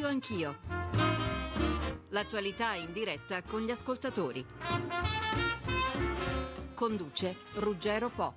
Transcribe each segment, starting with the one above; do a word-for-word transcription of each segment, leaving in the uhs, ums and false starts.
studio anch'io. L'attualità in diretta con gli ascoltatori. Conduce Ruggero Po.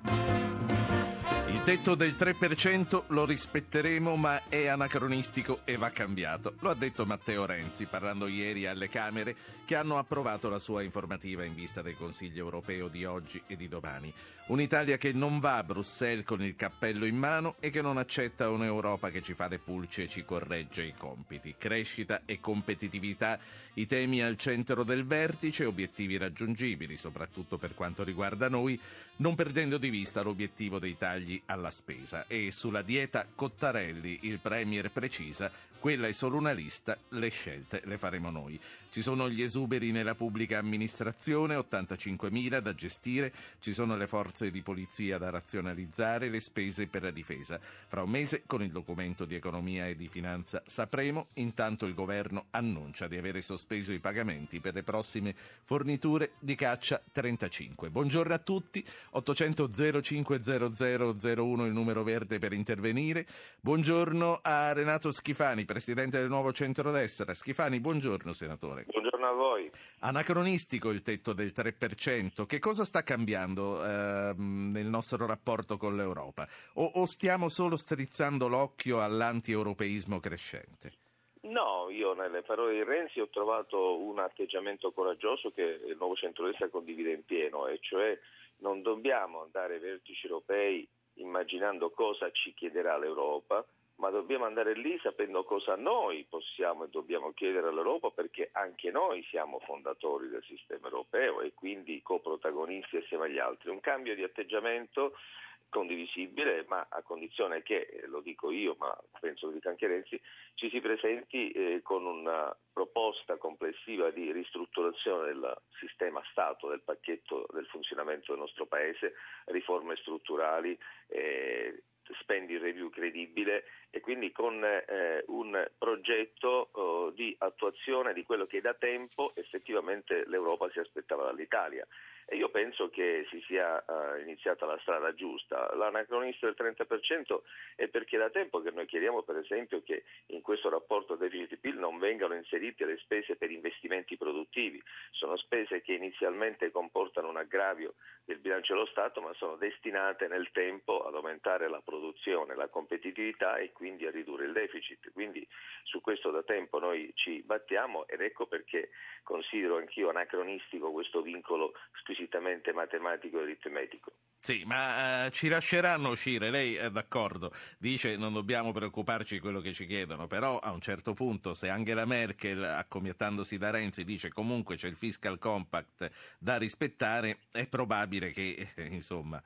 Il tetto del tre per cento lo rispetteremo, ma è anacronistico e va cambiato. Lo ha detto Matteo Renzi parlando ieri alle Camere che hanno approvato la sua informativa in vista del Consiglio europeo di oggi e di domani. Un'Italia che non va a Bruxelles con il cappello in mano e che non accetta un'Europa che ci fa le pulci e ci corregge i compiti. Crescita e competitività, i temi al centro del vertice, obiettivi raggiungibili, soprattutto per quanto riguarda noi, non perdendo di vista l'obiettivo dei tagli alla spesa. E sulla dieta Cottarelli il Premier precisa: quella è solo una lista, le scelte le faremo noi. Ci sono gli esuberi nella pubblica amministrazione, ottantacinquemila da gestire, ci sono le forze di polizia da razionalizzare, le spese per la difesa. Fra un mese con il documento di economia e di finanza sapremo. Intanto il governo annuncia di avere sospeso i pagamenti per le prossime forniture di caccia trentacinque. Buongiorno a tutti, ottocento zero cinque zero zero zero uno il numero verde per intervenire. Buongiorno a Renato Schifani, presidente del Nuovo Centrodestra. Schifani, buongiorno senatore. Buongiorno a voi. Anacronistico il tetto del tre per cento. Che cosa sta cambiando eh, nel nostro rapporto con l'Europa? O, o stiamo solo strizzando l'occhio all'anti-europeismo crescente? No, io nelle parole di Renzi ho trovato un atteggiamento coraggioso che il Nuovo Centrodestra condivide in pieno, e cioè non dobbiamo andare ai vertici europei immaginando cosa ci chiederà l'Europa, ma dobbiamo andare lì sapendo cosa noi possiamo e dobbiamo chiedere all'Europa, perché anche noi siamo fondatori del sistema europeo e quindi coprotagonisti assieme agli altri. Un cambio di atteggiamento condivisibile, ma a condizione che, lo dico io, ma penso lo dica anche Renzi, ci si presenti eh, con una proposta complessiva di ristrutturazione del sistema Stato, del pacchetto del funzionamento del nostro Paese, riforme strutturali, eh, spending review credibile, e quindi con eh, un progetto oh, di attuazione di quello che da tempo effettivamente l'Europa si aspettava dall'Italia. E io penso che si sia uh, iniziata la strada giusta. L'anacronista del trenta per cento è perché da tempo che noi chiediamo, per esempio, che in questo rapporto deficit-P I L non vengano inserite le spese per investimenti produttivi. Sono spese che inizialmente comportano un aggravio del bilancio dello Stato, ma sono destinate nel tempo ad aumentare la produzione, la competitività e quindi a ridurre il deficit. Quindi su questo da tempo noi ci battiamo, ed ecco perché considero anch'io anacronistico questo vincolo squisitamente matematico e aritmetico. Sì, ma uh, ci lasceranno uscire, lei è d'accordo, dice non dobbiamo preoccuparci di quello che ci chiedono, però a un certo punto se Angela Merkel, accomiatandosi da Renzi, dice comunque c'è il fiscal compact da rispettare, è probabile che, eh, insomma...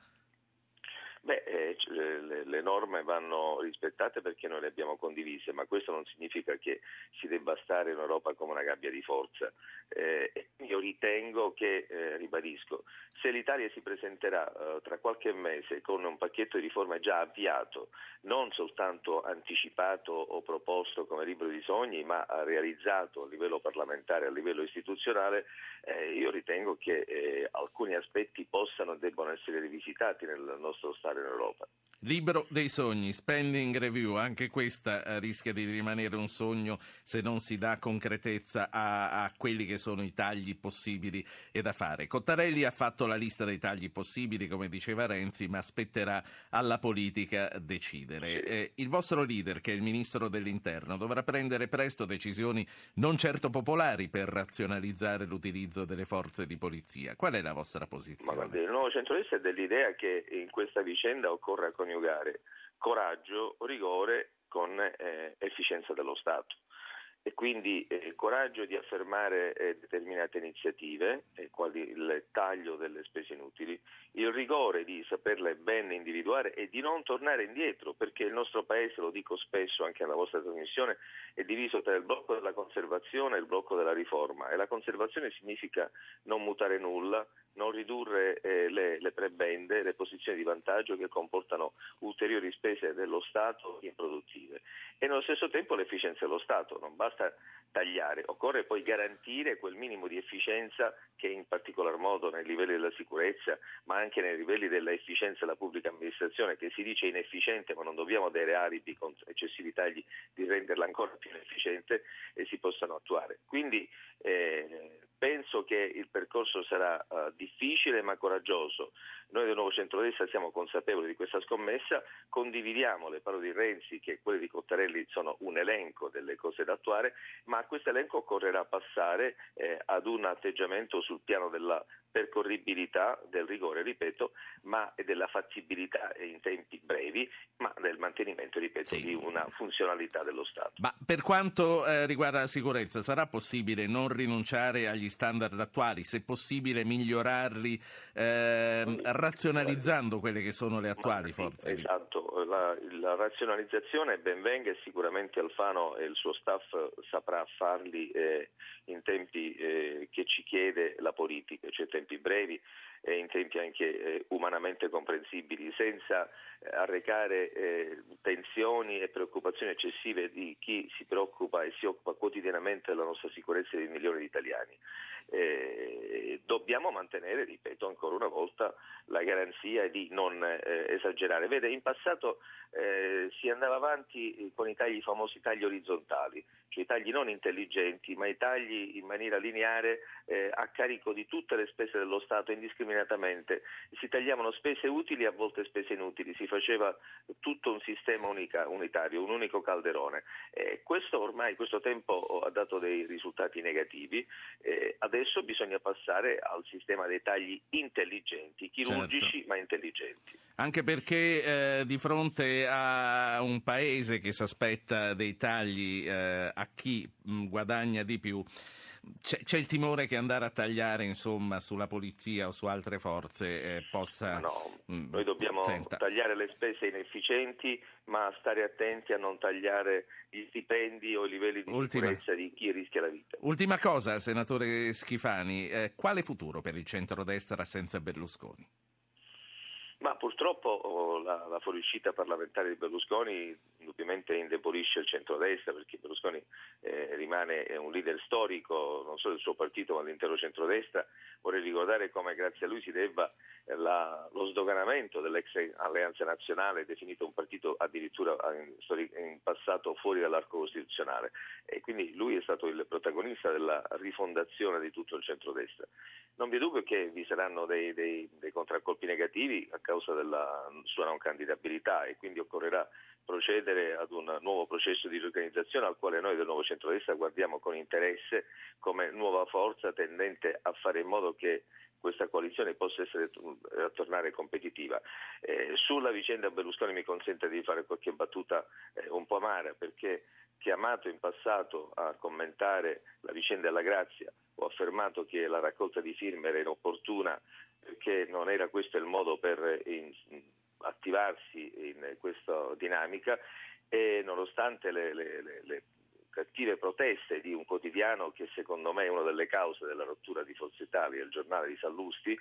Beh, eh, le, le norme vanno rispettate perché noi le abbiamo condivise, ma questo non significa che si debba stare in Europa come una gabbia di forza. Eh, io ritengo che, eh, ribadisco, se l'Italia si presenterà eh, tra qualche mese con un pacchetto di riforme già avviato, non soltanto anticipato o proposto come libro di sogni, ma realizzato a livello parlamentare, a livello istituzionale, eh, io ritengo che eh, alcuni aspetti possano e debbano essere rivisitati nel nostro Stato in Europa. Libro dei sogni, spending review, anche questa eh, rischia di rimanere un sogno se non si dà concretezza a, a quelli che sono i tagli possibili e da fare. Cottarelli ha fatto la lista dei tagli possibili, come diceva Renzi, ma spetterà alla politica decidere. Eh, il vostro leader, che è il ministro dell'Interno, dovrà prendere presto decisioni non certo popolari per razionalizzare l'utilizzo delle forze di polizia. Qual è la vostra posizione? Ma guarda, il Nuovo Centrodestra è dell'idea che in questa vicenda occorra coniugare coraggio, rigore con eh, efficienza dello Stato, e quindi eh, il coraggio di affermare eh, determinate iniziative, eh, quali il taglio delle spese inutili, il rigore di saperle ben individuare e di non tornare indietro, perché il nostro Paese, lo dico spesso anche nella vostra trasmissione, è diviso tra il blocco della conservazione e il blocco della riforma, e la conservazione significa non mutare nulla, non ridurre eh, le, le prebende, le posizioni di vantaggio che comportano ulteriori spese dello Stato improduttive, e nello stesso tempo l'efficienza dello Stato. Non basta tagliare, occorre poi garantire quel minimo di efficienza che in particolar modo nei livelli della sicurezza, ma anche nei livelli della efficienza della pubblica amministrazione, che si dice inefficiente, ma non dobbiamo avere alibi con eccessivi tagli di renderla ancora più inefficiente, e si possano attuare. Quindi eh, penso che il percorso sarà uh, difficile ma coraggioso. Noi del Nuovo Centrodestra siamo consapevoli di questa scommessa, condividiamo le parole di Renzi che quelle di Cottarelli sono un elenco delle cose da attuare, ma a questo elenco occorrerà passare eh, ad un atteggiamento sul piano della percorribilità, del rigore, ripeto, ma della fattibilità in tempi brevi, ma del mantenimento, ripeto, sì. di una funzionalità dello Stato. Ma per quanto eh, riguarda la sicurezza, sarà possibile non rinunciare agli standard attuali, se possibile migliorarli, eh, razionalizzando quelle che sono le attuali ma, forze? Esatto, la, la razionalizzazione ben venga, e sicuramente Alfano e il suo staff saprà farli eh, in tempi eh, che ci chiede la politica, cioè tempi brevi e in tempi anche eh, umanamente comprensibili, senza eh, arrecare eh, tensioni e preoccupazioni eccessive di chi si preoccupa e si occupa quotidianamente della nostra sicurezza di milioni di italiani. Eh, dobbiamo mantenere, ripeto ancora una volta, la garanzia di non eh, esagerare. Vede, in passato eh, si andava avanti con i tagli, i famosi tagli orizzontali, cioè i tagli non intelligenti, ma i tagli in maniera lineare eh, a carico di tutte le spese dello Stato indiscriminatamente. Si tagliavano spese utili e a volte spese inutili, si faceva tutto un sistema unica, unitario, un unico calderone. Eh, questo ormai, questo tempo ha dato dei risultati negativi, eh, adesso bisogna passare al sistema dei tagli intelligenti, chirurgici certo. ma intelligenti. Anche perché eh, di fronte a un paese che si aspetta dei tagli eh, a chi mh, guadagna di più, c'è, c'è il timore che andare a tagliare insomma sulla polizia o su altre forze eh, possa... No, mh, noi dobbiamo senta. tagliare le spese inefficienti, ma stare attenti a non tagliare gli stipendi o i livelli di Ultima. sicurezza di chi rischia la vita. Ultima cosa, senatore Schifani, eh, quale futuro per il centrodestra senza Berlusconi? Ma purtroppo oh, la, la fuoriuscita parlamentare di Berlusconi indubbiamente indebolisce il centrodestra, perché Berlusconi eh, rimane un leader storico non solo del suo partito ma dell'intero centrodestra. Vorrei ricordare come grazie a lui si debba eh, la, lo sdoganamento dell'ex Alleanza Nazionale, definito un partito addirittura in, in passato fuori dall'arco costituzionale, e quindi lui è stato il protagonista della rifondazione di tutto il centrodestra. Non vi è dubbio che vi saranno dei, dei, dei contraccolpi negativi a causa della sua non candidabilità, e quindi occorrerà procedere ad un nuovo processo di riorganizzazione al quale noi del Nuovo Centrodestra guardiamo con interesse come nuova forza tendente a fare in modo che questa coalizione possa essere a tornare competitiva. Eh, sulla vicenda Berlusconi mi consente di fare qualche battuta eh, un po' amara, perché chiamato in passato a commentare la vicenda della Grazia, ho affermato che la raccolta di firme era inopportuna perché non era questo il modo per in, attivarsi in questa dinamica, e nonostante le, le, le, le cattive proteste di un quotidiano che secondo me è una delle cause della rottura di Forza Italia, il giornale di Sallusti,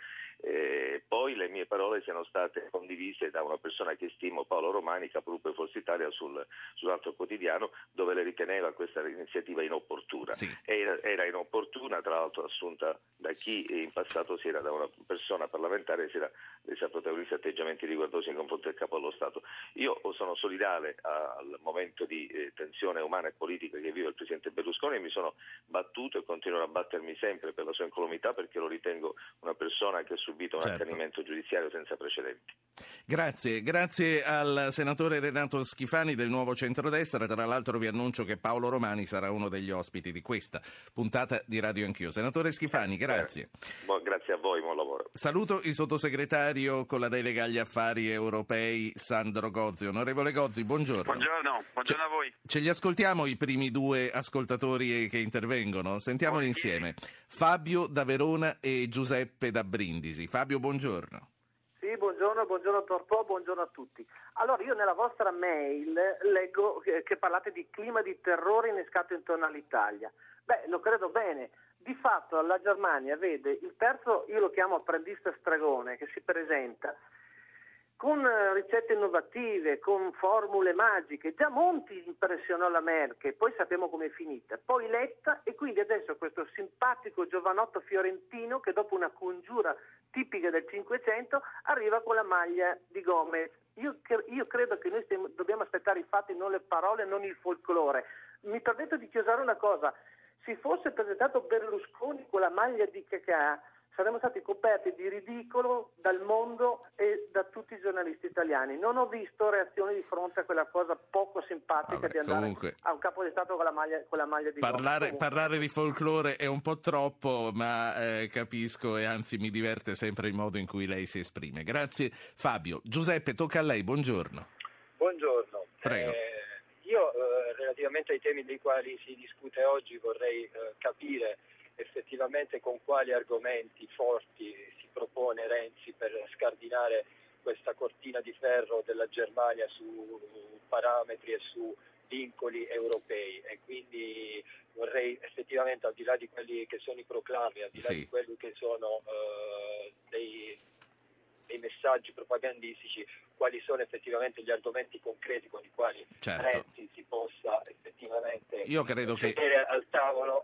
eh, poi le mie parole siano state condivise da una persona che stimo, Paolo Romani, capogruppo di Forza Italia sul, sull'altro quotidiano, dove le riteneva questa iniziativa inopportuna. Sì. Era, era inopportuna, tra l'altro assunta da chi in passato si era, da una persona parlamentare, si era resa protagonista di atteggiamenti riguardosi nei confronti del Capo dello Stato. Io sono solidale a, al momento di eh, tensione umana e politica che vive il Presidente Berlusconi, e mi sono battuto e continuerò a battermi sempre per la sua incolumità, perché lo ritengo una persona che ha subito un certo. accanimento giudiziario senza precedenti. Grazie, grazie al senatore Renato Schifani del Nuovo Centrodestra. Tra l'altro vi annuncio che Paolo Romani sarà uno degli ospiti di questa puntata di Radio Anch'io. Senatore Schifani, grazie. Eh, grazie a voi, buon lavoro. Saluto il sottosegretario con la delega agli affari europei Sandro Gozzi. Onorevole Gozzi, buongiorno. Buongiorno, buongiorno ce, a voi. Ce li ascoltiamo i primi due ascoltatori che intervengono? Sentiamoli insieme. Fabio da Verona e Giuseppe da Brindisi. Fabio, buongiorno. Sì, buongiorno, buongiorno Tortò, buongiorno a tutti. Allora, io nella vostra mail leggo che, che parlate di clima di terrore innescato intorno all'Italia. Beh, lo credo bene, di fatto la Germania vede il terzo, io lo chiamo apprendista stregone, che si presenta con ricette innovative, con formule magiche. Già Monti impressionò la Merkel, poi sappiamo com'è finita, poi Letta, e quindi adesso questo simpatico giovanotto fiorentino che dopo una congiura tipica del Cinquecento arriva con la maglia di Gomez. Io, io credo che noi stiamo, dobbiamo aspettare i fatti, non le parole, non il folklore. Mi permetto di chiusare una cosa: se fosse presentato Berlusconi con la maglia di Cacà, saremmo stati coperti di ridicolo dal mondo e da tutti i giornalisti italiani. Non ho visto reazioni di fronte a quella cosa poco simpatica. Vabbè, di andare comunque a un capo di Stato con la maglia, con la maglia di parlare, parlare di folklore è un po' troppo, ma eh, capisco, e anzi mi diverte sempre il modo in cui lei si esprime. Grazie Fabio. Giuseppe, tocca a lei, buongiorno. Buongiorno. Prego. Eh, io eh, relativamente ai temi dei quali si discute oggi vorrei eh, capire effettivamente con quali argomenti forti si propone Renzi per scardinare questa cortina di ferro della Germania su parametri e su vincoli europei, e quindi vorrei effettivamente, al di là di quelli che sono i proclami, al di là sì. di quelli che sono eh, dei, dei messaggi propagandistici, quali sono effettivamente gli argomenti concreti con i quali certo. Renzi si possa effettivamente Io credo sedere che... al tavolo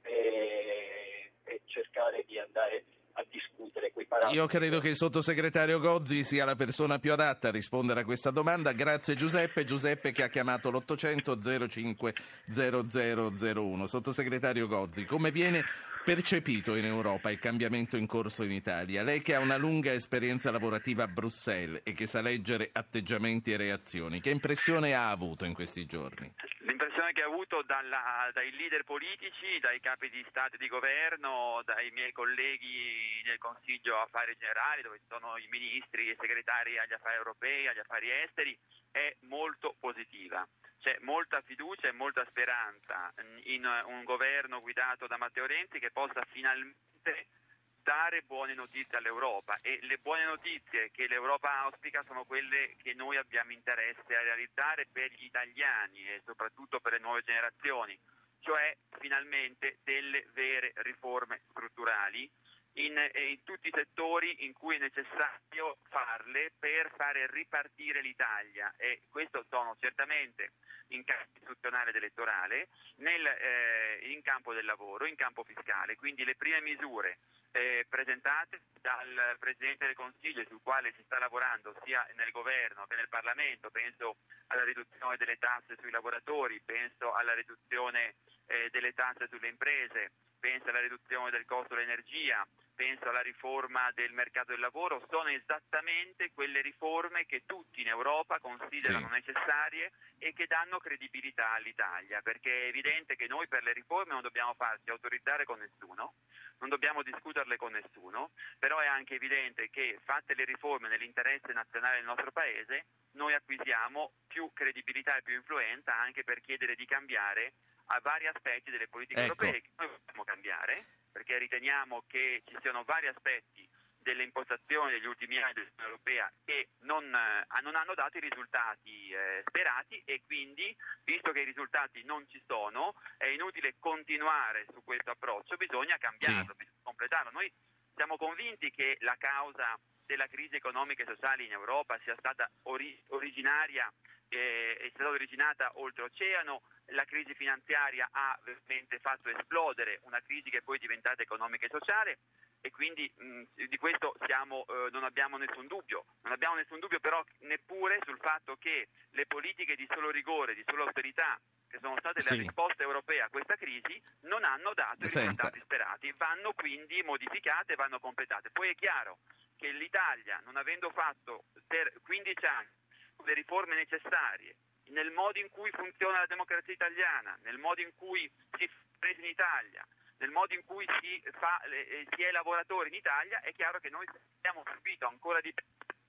e, e cercare di andare a discutere quei parametri. Io credo che il sottosegretario Gozzi sia la persona più adatta a rispondere a questa domanda. Grazie Giuseppe. Giuseppe che ha chiamato l'ottocento zero cinque zero zero zero uno. Sottosegretario Gozzi, come viene percepito in Europa il cambiamento in corso in Italia? Lei che ha una lunga esperienza lavorativa a Bruxelles e che sa leggere atteggiamenti e reazioni, che impressione ha avuto in questi giorni? L'impressione che ho avuto dalla, dai leader politici, dai capi di Stato e di governo, dai miei colleghi nel Consiglio Affari Generali, dove ci sono i ministri e segretari agli affari europei, agli affari esteri, è molto positiva. C'è molta fiducia e molta speranza in un governo guidato da Matteo Renzi che possa finalmente dare buone notizie all'Europa, e le buone notizie che l'Europa auspica sono quelle che noi abbiamo interesse a realizzare per gli italiani e soprattutto per le nuove generazioni, cioè finalmente delle vere riforme strutturali in, in tutti i settori in cui è necessario farle per fare ripartire l'Italia, e questo sono certamente in campo istituzionale ed elettorale, nel, eh, in campo del lavoro, in campo fiscale. Quindi le prime misure eh, presentate dal Presidente del Consiglio, sul quale si sta lavorando sia nel governo che nel Parlamento, penso alla riduzione delle tasse sui lavoratori, penso alla riduzione eh, delle tasse sulle imprese, penso alla riduzione del costo dell'energia, penso alla riforma del mercato del lavoro, sono esattamente quelle riforme che tutti in Europa considerano sì. necessarie e che danno credibilità all'Italia, perché è evidente che noi per le riforme non dobbiamo farci autorizzare con nessuno, non dobbiamo discuterle con nessuno, però è anche evidente che fatte le riforme nell'interesse nazionale del nostro Paese, noi acquisiamo più credibilità e più influenza anche per chiedere di cambiare a vari aspetti delle politiche ecco. europee che noi possiamo cambiare, perché riteniamo che ci siano vari aspetti delle impostazioni degli ultimi anni dell'Unione Europea che non, eh, non hanno dato i risultati eh, sperati, e quindi, visto che i risultati non ci sono, è inutile continuare su questo approccio, bisogna cambiarlo, sì. bisogna completarlo. Noi siamo convinti che la causa della crisi economica e sociale in Europa sia stata ori- originaria eh, è stata originata oltreoceano. La crisi finanziaria ha veramente fatto esplodere una crisi che poi è diventata economica e sociale, e quindi mh, di questo siamo, eh, non abbiamo nessun dubbio. Non abbiamo nessun dubbio però neppure sul fatto che le politiche di solo rigore, di solo austerità, che sono state sì. la risposta europea a questa crisi, non hanno dato i Senta. risultati sperati, vanno quindi modificate, vanno completate. Poi è chiaro che l'Italia, non avendo fatto per quindici anni le riforme necessarie, nel modo in cui funziona la democrazia italiana, nel modo in cui si fa in Italia, nel modo in cui si, fa, si è lavoratori in Italia, è chiaro che noi abbiamo subito ancora di più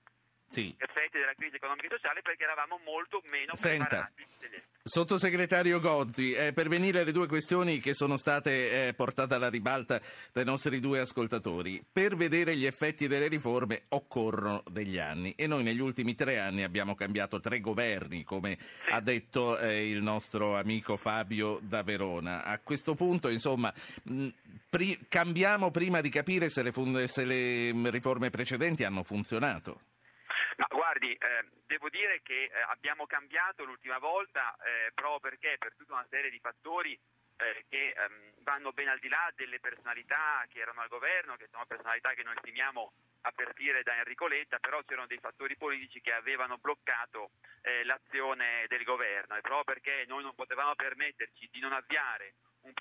sì. gli effetti della crisi economica e sociale, perché eravamo molto meno Senta, preparati degli altri. Sottosegretario Gozzi, eh, per venire alle due questioni che sono state eh, portate alla ribalta dai nostri due ascoltatori, per vedere gli effetti delle riforme occorrono degli anni e noi negli ultimi tre anni abbiamo cambiato tre governi, come Sì. ha detto eh, il nostro amico Fabio da Verona. A questo punto, insomma, mh, pri- cambiamo prima di capire se le, fund- se le mh, riforme precedenti hanno funzionato. Ma guardi, eh, devo dire che eh, abbiamo cambiato l'ultima volta eh, proprio perché per tutta una serie di fattori eh, che ehm, vanno ben al di là delle personalità che erano al governo, che sono personalità che noi stimiamo a partire da Enrico Letta, però c'erano dei fattori politici che avevano bloccato eh, l'azione del governo e proprio perché noi non potevamo permetterci di non avviare un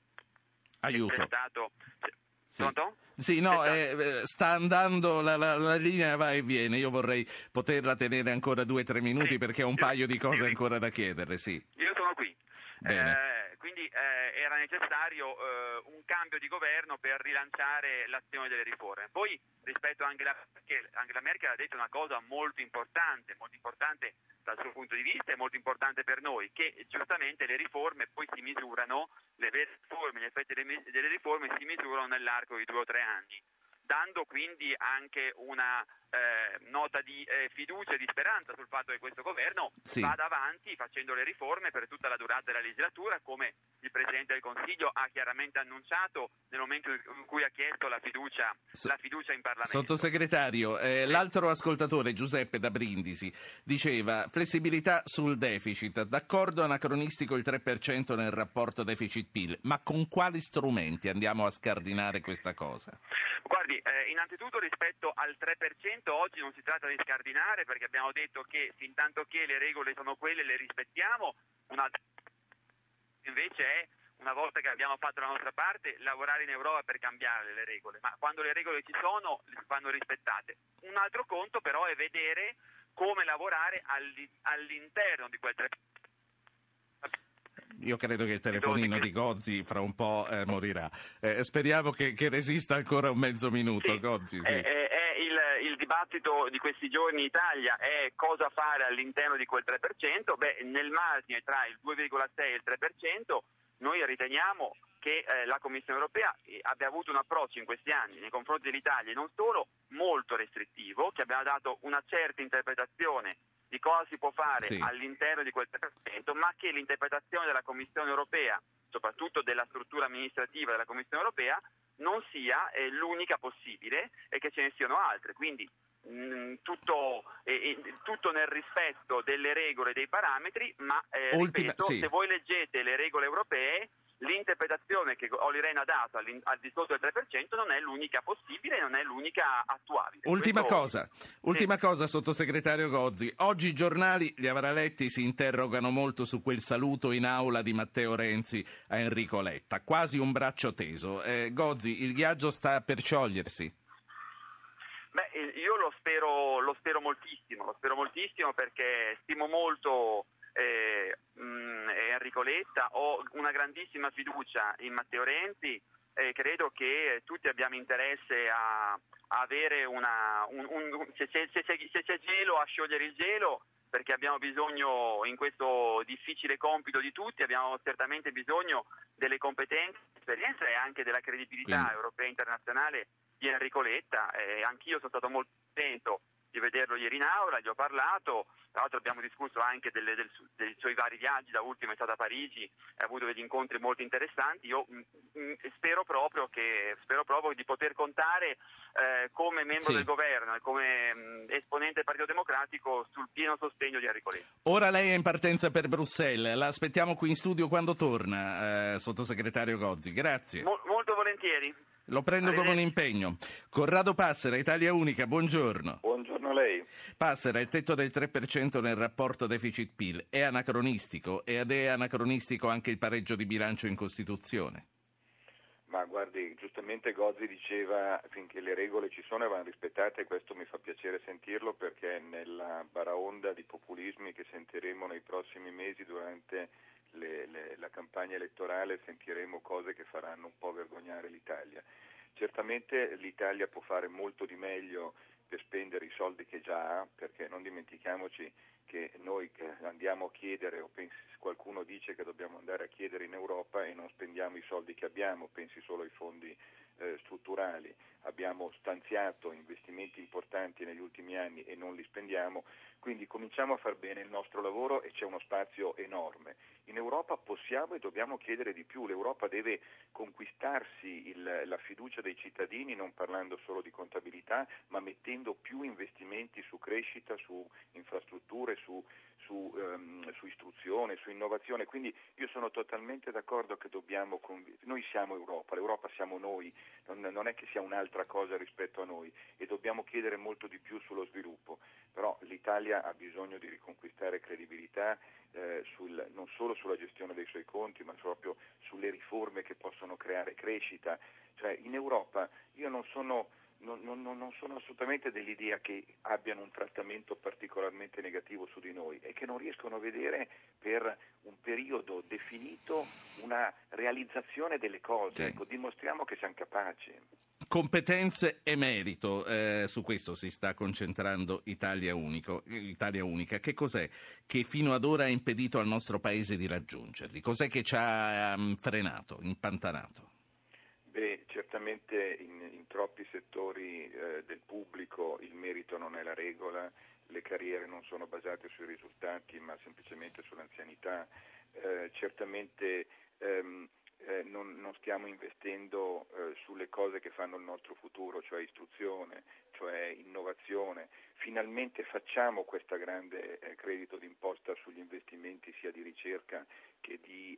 Aiuto. che è stato... Sì. Pronto? Sì, no, Esatto. eh, sta andando, la, la, la linea va e viene, io vorrei poterla tenere ancora due o tre minuti Sì. perché ho un Io- paio di cose io- ancora da chiederle, sì. Io sono qui. Bene. Eh, quindi eh, era necessario eh, un cambio di governo per rilanciare l'azione delle riforme. Poi rispetto a Angela Merkel, Angela Merkel ha detto una cosa molto importante, molto importante dal suo punto di vista e molto importante per noi, che giustamente le riforme poi si misurano, le vere riforme, gli effetti delle delle riforme si misurano nell'arco di due o tre anni, dando quindi anche una eh, nota di eh, fiducia e di speranza sul fatto che questo governo Sì. vada avanti facendo le riforme per tutta la durata della legislatura, come il Presidente del Consiglio ha chiaramente annunciato nel momento in cui ha chiesto la fiducia, So- la fiducia in Parlamento. Sottosegretario, eh, l'altro ascoltatore, Giuseppe da Brindisi, diceva flessibilità sul deficit, d'accordo anacronistico il tre per cento nel rapporto deficit-P I L, ma con quali strumenti andiamo a scardinare questa cosa? Guardi, eh, innanzitutto rispetto al tre per cento oggi non si tratta di scardinare perché abbiamo detto che fin tanto che le regole sono quelle le rispettiamo, un'altra invece è, una volta che abbiamo fatto la nostra parte, lavorare in Europa per cambiare le regole, ma quando le regole ci sono vanno rispettate. Un altro conto però è vedere come lavorare alli- all'interno di quel tre per cento. Io credo che il telefonino di Gozzi fra un po' eh, morirà. Eh, speriamo che, che resista ancora un mezzo minuto, Sì, Gozzi. Sì. È, è- è il, il dibattito di questi giorni in Italia è cosa fare all'interno di quel tre per cento. Beh, nel margine tra il due virgola sei e il tre per cento noi riteniamo che eh, la Commissione europea abbia avuto un approccio in questi anni nei confronti dell'Italia non solo molto restrittivo, che abbiamo dato una certa interpretazione di cosa si può fare Sì. all'interno di quel tre per cento, ma che l'interpretazione della Commissione europea, soprattutto della struttura amministrativa della Commissione europea, non sia eh, l'unica possibile e che ce ne siano altre. Quindi mh, tutto, eh, eh, tutto nel rispetto delle regole e dei parametri, ma eh, Ultima- ripeto, sì. se voi leggete le regole europee, l'interpretazione che Olli Rehn ha dato all'in- al di sotto del tre per cento non è l'unica possibile, non è l'unica attuabile. Ultima Questo- cosa, ultima cosa, sottosegretario Gozzi. Oggi i giornali, li avrà letti, si interrogano molto su quel saluto in aula di Matteo Renzi a Enrico Letta, quasi un braccio teso. Eh, Gozzi, il ghiaccio sta per sciogliersi? Beh, io lo spero, lo spero moltissimo, lo spero moltissimo perché stimo molto eh, mh, Enrico Letta, ho una grandissima fiducia in Matteo Renzi e credo che tutti abbiamo interesse a, a avere una, un, un, se, c'è, se, c'è, se c'è gelo, a sciogliere il gelo, perché abbiamo bisogno in questo difficile compito di tutti, abbiamo certamente bisogno delle competenze, dell'esperienza e anche della credibilità Quindi. europea e internazionale di Enrico Letta. Eh, anch'io sono stato molto contento di vederlo ieri in aula, gli ho parlato, tra l'altro abbiamo discusso anche delle, del, dei suoi vari viaggi, da ultimo è stato a Parigi, ha avuto degli incontri molto interessanti. Io mh, mh, spero proprio che spero proprio di poter contare eh, come membro Sì. del governo e come mh, esponente del Partito Democratico sul pieno sostegno di Enrico Letta. Ora lei è in partenza per Bruxelles, la aspettiamo qui in studio quando torna, eh, sottosegretario Gozzi. Grazie. Mo- molto volentieri. Lo prendo come un impegno. Corrado Passera, Italia Unica, buongiorno. Buongiorno a lei. Passera, il tetto del tre per cento nel rapporto deficit-P I L è anacronistico ed è anacronistico anche il pareggio di bilancio in Costituzione? Ma guardi, giustamente Gozzi diceva finché le regole ci sono e vanno rispettate, e questo mi fa piacere sentirlo perché nella baraonda di populismi che sentiremo nei prossimi mesi durante le, le, la campagna elettorale sentiremo cose che faranno un po' vergognare l'Italia. Certamente l'Italia può fare molto di meglio per spendere i soldi che già ha, perché non dimentichiamoci che noi andiamo a chiedere, o pensi, qualcuno dice che dobbiamo andare a chiedere in Europa e non spendiamo i soldi che abbiamo, pensi solo ai fondi eh, strutturali, abbiamo stanziato investimenti importanti negli ultimi anni e non li spendiamo, quindi cominciamo a far bene il nostro lavoro e c'è uno spazio enorme. In Europa possiamo e dobbiamo chiedere di più, l'Europa deve conquistarsi il, la fiducia dei cittadini, non parlando solo di contabilità, ma mettendo più investimenti su crescita, su infrastrutture, su, su, um, su istruzione, su innovazione, quindi io sono totalmente d'accordo che dobbiamo, conv- noi siamo Europa, l'Europa siamo noi, non, non è che sia un'altra cosa rispetto a noi e dobbiamo chiedere molto di più sullo sviluppo, però l'Italia ha bisogno di riconquistare credibilità eh, sul, non solo sulla gestione dei suoi conti, ma proprio sulle riforme che possono creare crescita, cioè in Europa io non sono Non, non, non sono assolutamente dell'idea che abbiano un trattamento particolarmente negativo su di noi e che non riescono a vedere per un periodo definito una realizzazione delle cose. Sì. Ecco, dimostriamo che siamo capaci. Competenze e merito, eh, su questo si sta concentrando Italia Unico, Italia Unica. Che cos'è che fino ad ora ha impedito al nostro paese di raggiungerli? Cos'è che ci ha um, frenato, impantanato? Beh, certamente in, in troppi settori eh, del pubblico il merito non è la regola, le carriere non sono basate sui risultati ma semplicemente sull'anzianità, eh, certamente ehm, eh, non, non stiamo investendo eh, sulle cose che fanno il nostro futuro, cioè istruzione, cioè innovazione. Finalmente facciamo questo grande eh, credito d'imposta sugli investimenti sia di ricerca che di,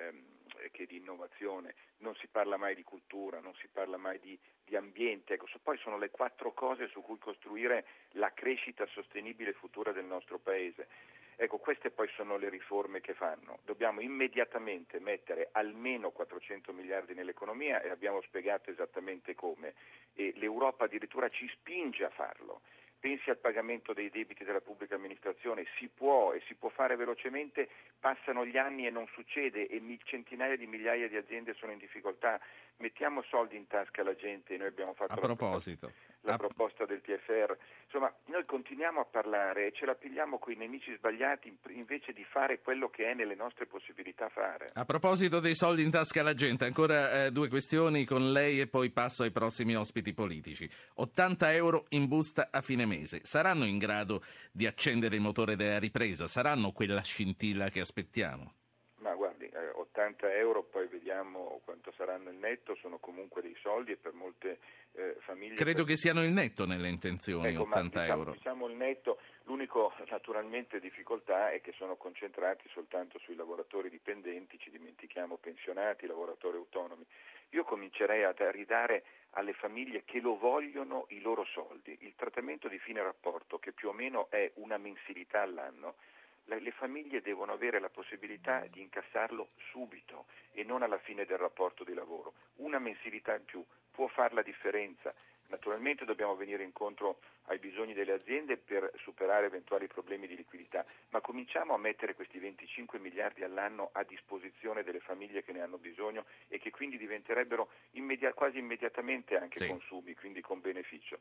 eh, che di innovazione. Non si parla mai di cultura, non si parla mai di, di ambiente. Ecco, poi sono le quattro cose su cui costruire la crescita sostenibile futura del nostro Paese. Ecco, queste poi sono le riforme che fanno. Dobbiamo immediatamente mettere almeno quattrocento miliardi nell'economia e abbiamo spiegato esattamente come. E l'Europa addirittura ci spinge a farlo. Pensi al pagamento dei debiti della pubblica amministrazione, si può e si può fare velocemente, passano gli anni e non succede e centinaia di migliaia di aziende sono in difficoltà. Mettiamo soldi in tasca alla gente, noi abbiamo fatto a la proposito proposta, la a... proposta del T F R. Insomma, noi continuiamo a parlare e ce la pigliamo coi nemici sbagliati invece di fare quello che è nelle nostre possibilità fare. A proposito dei soldi in tasca alla gente, ancora eh, due questioni con lei e poi passo ai prossimi ospiti politici. ottanta euro in busta a fine mese. Saranno in grado di accendere il motore della ripresa? Saranno quella scintilla che aspettiamo? Ma guardi, eh, ottanta euro, poi vediamo quanto saranno il netto, sono comunque dei soldi e per molte eh, famiglie... Credo per... che siano il netto nelle intenzioni, ecco, ottanta diciamo, euro. Diciamo il netto, l'unico naturalmente difficoltà è che sono concentrati soltanto sui lavoratori dipendenti, ci dimentichiamo pensionati, lavoratori autonomi. Io comincerei a ridare alle famiglie che lo vogliono i loro soldi. Il trattamento di fine rapporto, che più o meno è una mensilità all'anno, le famiglie devono avere la possibilità di incassarlo subito e non alla fine del rapporto di lavoro. Una mensilità in più può fare la differenza. Naturalmente dobbiamo venire incontro ai bisogni delle aziende per superare eventuali problemi di liquidità, ma cominciamo a mettere questi venticinque miliardi all'anno a disposizione delle famiglie che ne hanno bisogno e che quindi diventerebbero immedi- quasi immediatamente anche sì. consumi, quindi con beneficio.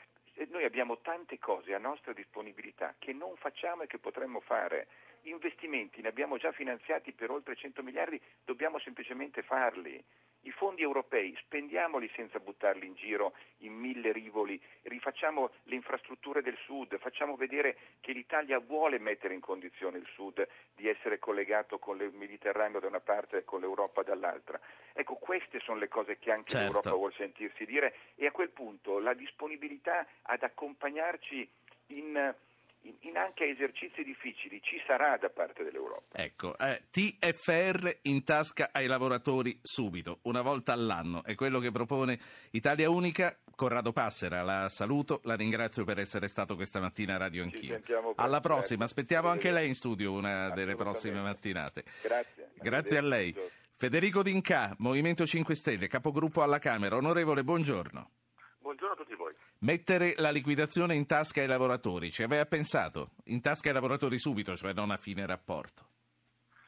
E noi abbiamo tante cose a nostra disponibilità che non facciamo e che potremmo fare. Investimenti ne abbiamo già finanziati per oltre cento miliardi, dobbiamo semplicemente farli. I fondi europei spendiamoli senza buttarli in giro in mille rivoli, rifacciamo le infrastrutture del Sud, facciamo vedere che l'Italia vuole mettere in condizione il Sud di essere collegato con il Mediterraneo da una parte e con l'Europa dall'altra. Ecco, queste sono le cose che anche certo. l'Europa vuole sentirsi dire e a quel punto la disponibilità ad accompagnarci in... In, in anche esercizi difficili ci sarà da parte dell'Europa. Ecco, eh, T F R in tasca ai lavoratori subito, una volta all'anno, è quello che propone Italia Unica. Corrado Passera, la saluto, la ringrazio per essere stato questa mattina a Radio Anch'io. Alla prossima, aspettiamo anche lei in studio una delle prossime mattinate. Grazie. Grazie a lei. Federico D'Inca, Movimento cinque Stelle, capogruppo alla Camera. Onorevole, buongiorno. Buongiorno a tutti voi. Mettere la liquidazione in tasca ai lavoratori, ci aveva pensato? In tasca ai lavoratori subito, cioè non a fine rapporto? Ma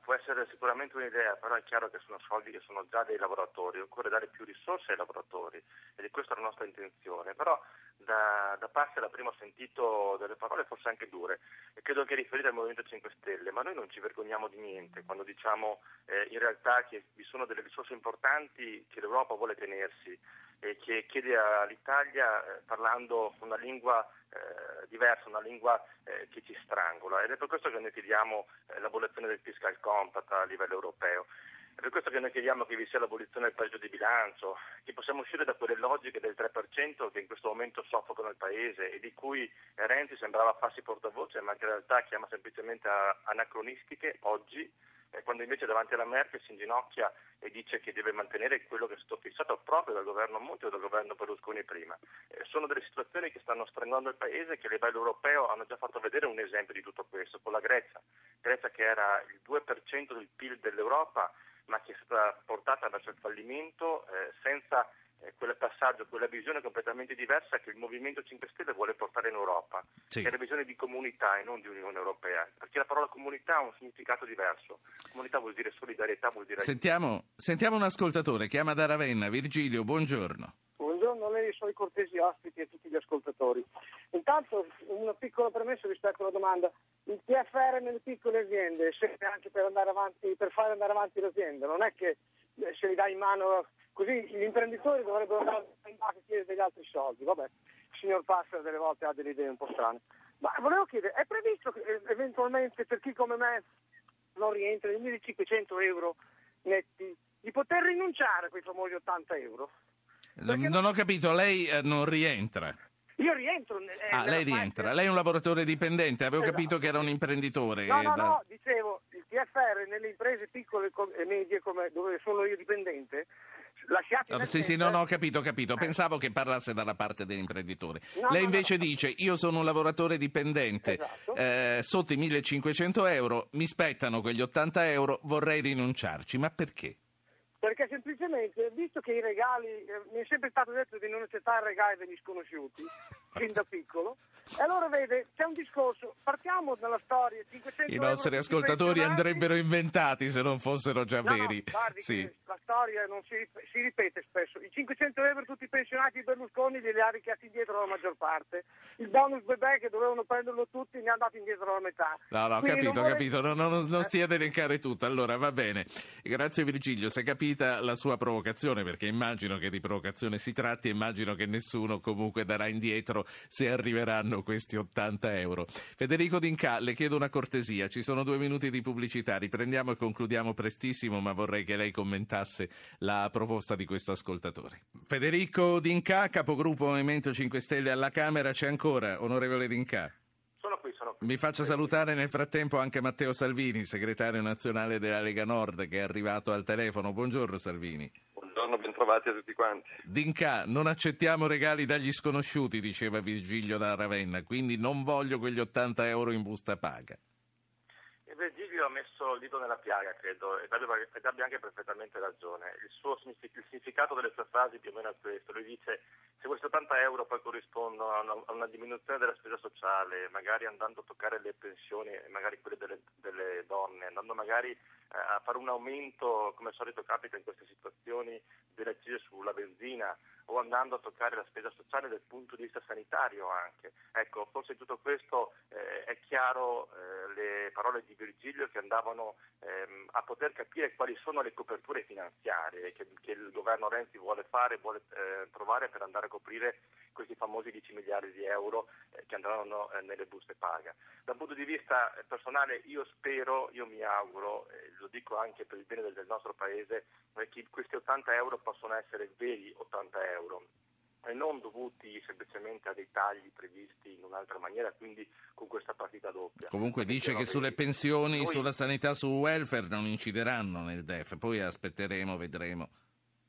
può essere sicuramente un'idea, però è chiaro che sono soldi che sono già dei lavoratori, occorre dare più risorse ai lavoratori ed è questa la nostra intenzione, però da, da parte la prima ho sentito delle parole forse anche dure e credo che riferite al Movimento cinque Stelle, ma noi non ci vergogniamo di niente quando diciamo eh, in realtà che vi sono delle risorse importanti che l'Europa vuole tenersi e che chiede all'Italia eh, parlando una lingua eh, diversa, una lingua eh, che ci strangola, ed è per questo che noi chiediamo eh, l'abolizione del fiscal compact a livello europeo. È per questo che noi chiediamo che vi sia l'abolizione del pareggio di bilancio, che possiamo uscire da quelle logiche del tre per cento che in questo momento soffocano il Paese e di cui Renzi sembrava farsi portavoce, ma che in realtà chiama semplicemente anacronistiche oggi, eh, quando invece davanti alla Merkel si inginocchia e dice che deve mantenere quello che è stato fissato proprio dal governo Monti o dal governo Berlusconi prima. Eh, sono delle situazioni che stanno strangolando il Paese, che a livello europeo hanno già fatto vedere un esempio di tutto questo, con la Grecia. Grecia che era il due per cento del P I L dell'Europa, ma che è stata portata verso il fallimento eh, senza eh, quel passaggio, quella visione completamente diversa che il Movimento cinque Stelle vuole portare in Europa, sì. Che è la visione di comunità e non di Unione Europea, perché la parola comunità ha un significato diverso. Comunità vuol dire solidarietà, vuol dire... Sentiamo, sentiamo un ascoltatore, chiama da Ravenna, Virgilio, buongiorno. Buongiorno a lei, ai suoi cortesi ospiti e a tutti gli ascoltatori. Intanto una piccola premessa rispetto alla domanda. Il T F R nelle piccole aziende serve anche per andare avanti, per fare andare avanti l'azienda, non è che se li dai in mano così gli imprenditori dovrebbero andare in banca e chiedere degli altri soldi. Vabbè, il signor Passera delle volte ha delle idee un po' strane. Ma volevo chiedere, è previsto che eventualmente per chi come me non rientra nei millecinquecento euro netti di poter rinunciare a quei famosi ottanta euro? Perché non ho capito, lei eh, non rientra? Io rientro. Eh, ah, lei rientra. Parte... Lei è un lavoratore dipendente, avevo esatto. capito che era un imprenditore. No, no, da... no, dicevo, il T F R nelle imprese piccole e medie come dove sono io dipendente, lasciati... Oh, sì, sì, no, no, ho capito, ho capito. Pensavo che parlasse dalla parte dell'imprenditore. No, lei no, invece no, no. dice, io sono un lavoratore dipendente, esatto. eh, sotto i millecinquecento euro, mi spettano quegli ottanta euro, vorrei rinunciarci. Ma perché? Perché semplicemente, visto che i regali, eh, mi è sempre stato detto di non accettare regali degli sconosciuti, fin da piccolo, e allora vede, c'è un discorso, partiamo dalla storia, cinquecento I nostri euro ascoltatori andrebbero inventati se non fossero già no, veri. No, guardi sì. che la storia non si, si ripete spesso, i cinquecento euro tutti i pensionati di Berlusconi glieli ha richiesti indietro la maggior parte, il bonus bebè che dovevano prenderlo tutti ne ha dato indietro la metà. No, no, ho Quindi capito, ho vuole... capito, no, no, non, non stia ad elencare tutto, allora va bene. Grazie Virgilio, si è capita la sua provocazione, perché immagino che di provocazione si tratti, immagino che nessuno comunque darà indietro se arriveranno questi ottanta euro. Federico D'Inca, le chiedo una cortesia, ci sono due minuti di pubblicità, riprendiamo e concludiamo prestissimo, ma vorrei che lei commentasse la proposta di questo ascoltatore. Federico D'Inca, capogruppo Movimento cinque Stelle alla Camera, c'è ancora, onorevole D'Inca? Sono qui, sono qui. Mi faccia salutare nel frattempo anche Matteo Salvini, segretario nazionale della Lega Nord, che è arrivato al telefono. Buongiorno Salvini. Buongiorno, bentrovati a tutti quanti. D'Inca, non accettiamo regali dagli sconosciuti, diceva Virgilio da Ravenna, quindi non voglio quegli ottanta euro in busta paga. E Virgilio ha messo il dito nella piaga, credo, ed abbia anche perfettamente ragione. Il suo il significato delle sue frasi più o meno è questo. Lui dice: se questi ottanta euro poi corrispondono a una, a una diminuzione della spesa sociale, magari andando a toccare le pensioni, magari quelle delle, delle donne, andando magari eh, a fare un aumento, come al solito capita in queste situazioni, delle accise sulla benzina, o andando a toccare la spesa sociale dal punto di vista sanitario anche. Ecco, forse in tutto questo eh, è chiaro eh, le parole di Virgilio che andavano ehm, a poter capire quali sono le coperture finanziarie che, che il governo Renzi vuole fare, vuole eh, trovare per andare a coprire questi famosi dieci miliardi di euro eh, che andranno eh, nelle buste paga. Dal punto di vista eh, personale io spero, io mi auguro, eh, lo dico anche per il bene del, del nostro Paese, eh, che questi ottanta euro possono essere veri ottanta euro e non dovuti semplicemente a dei tagli previsti in un'altra maniera, quindi con questa partita doppia. Comunque dice che sulle pensioni, noi... sulla sanità, sul welfare non incideranno nel D E F, poi aspetteremo, vedremo. Io vedo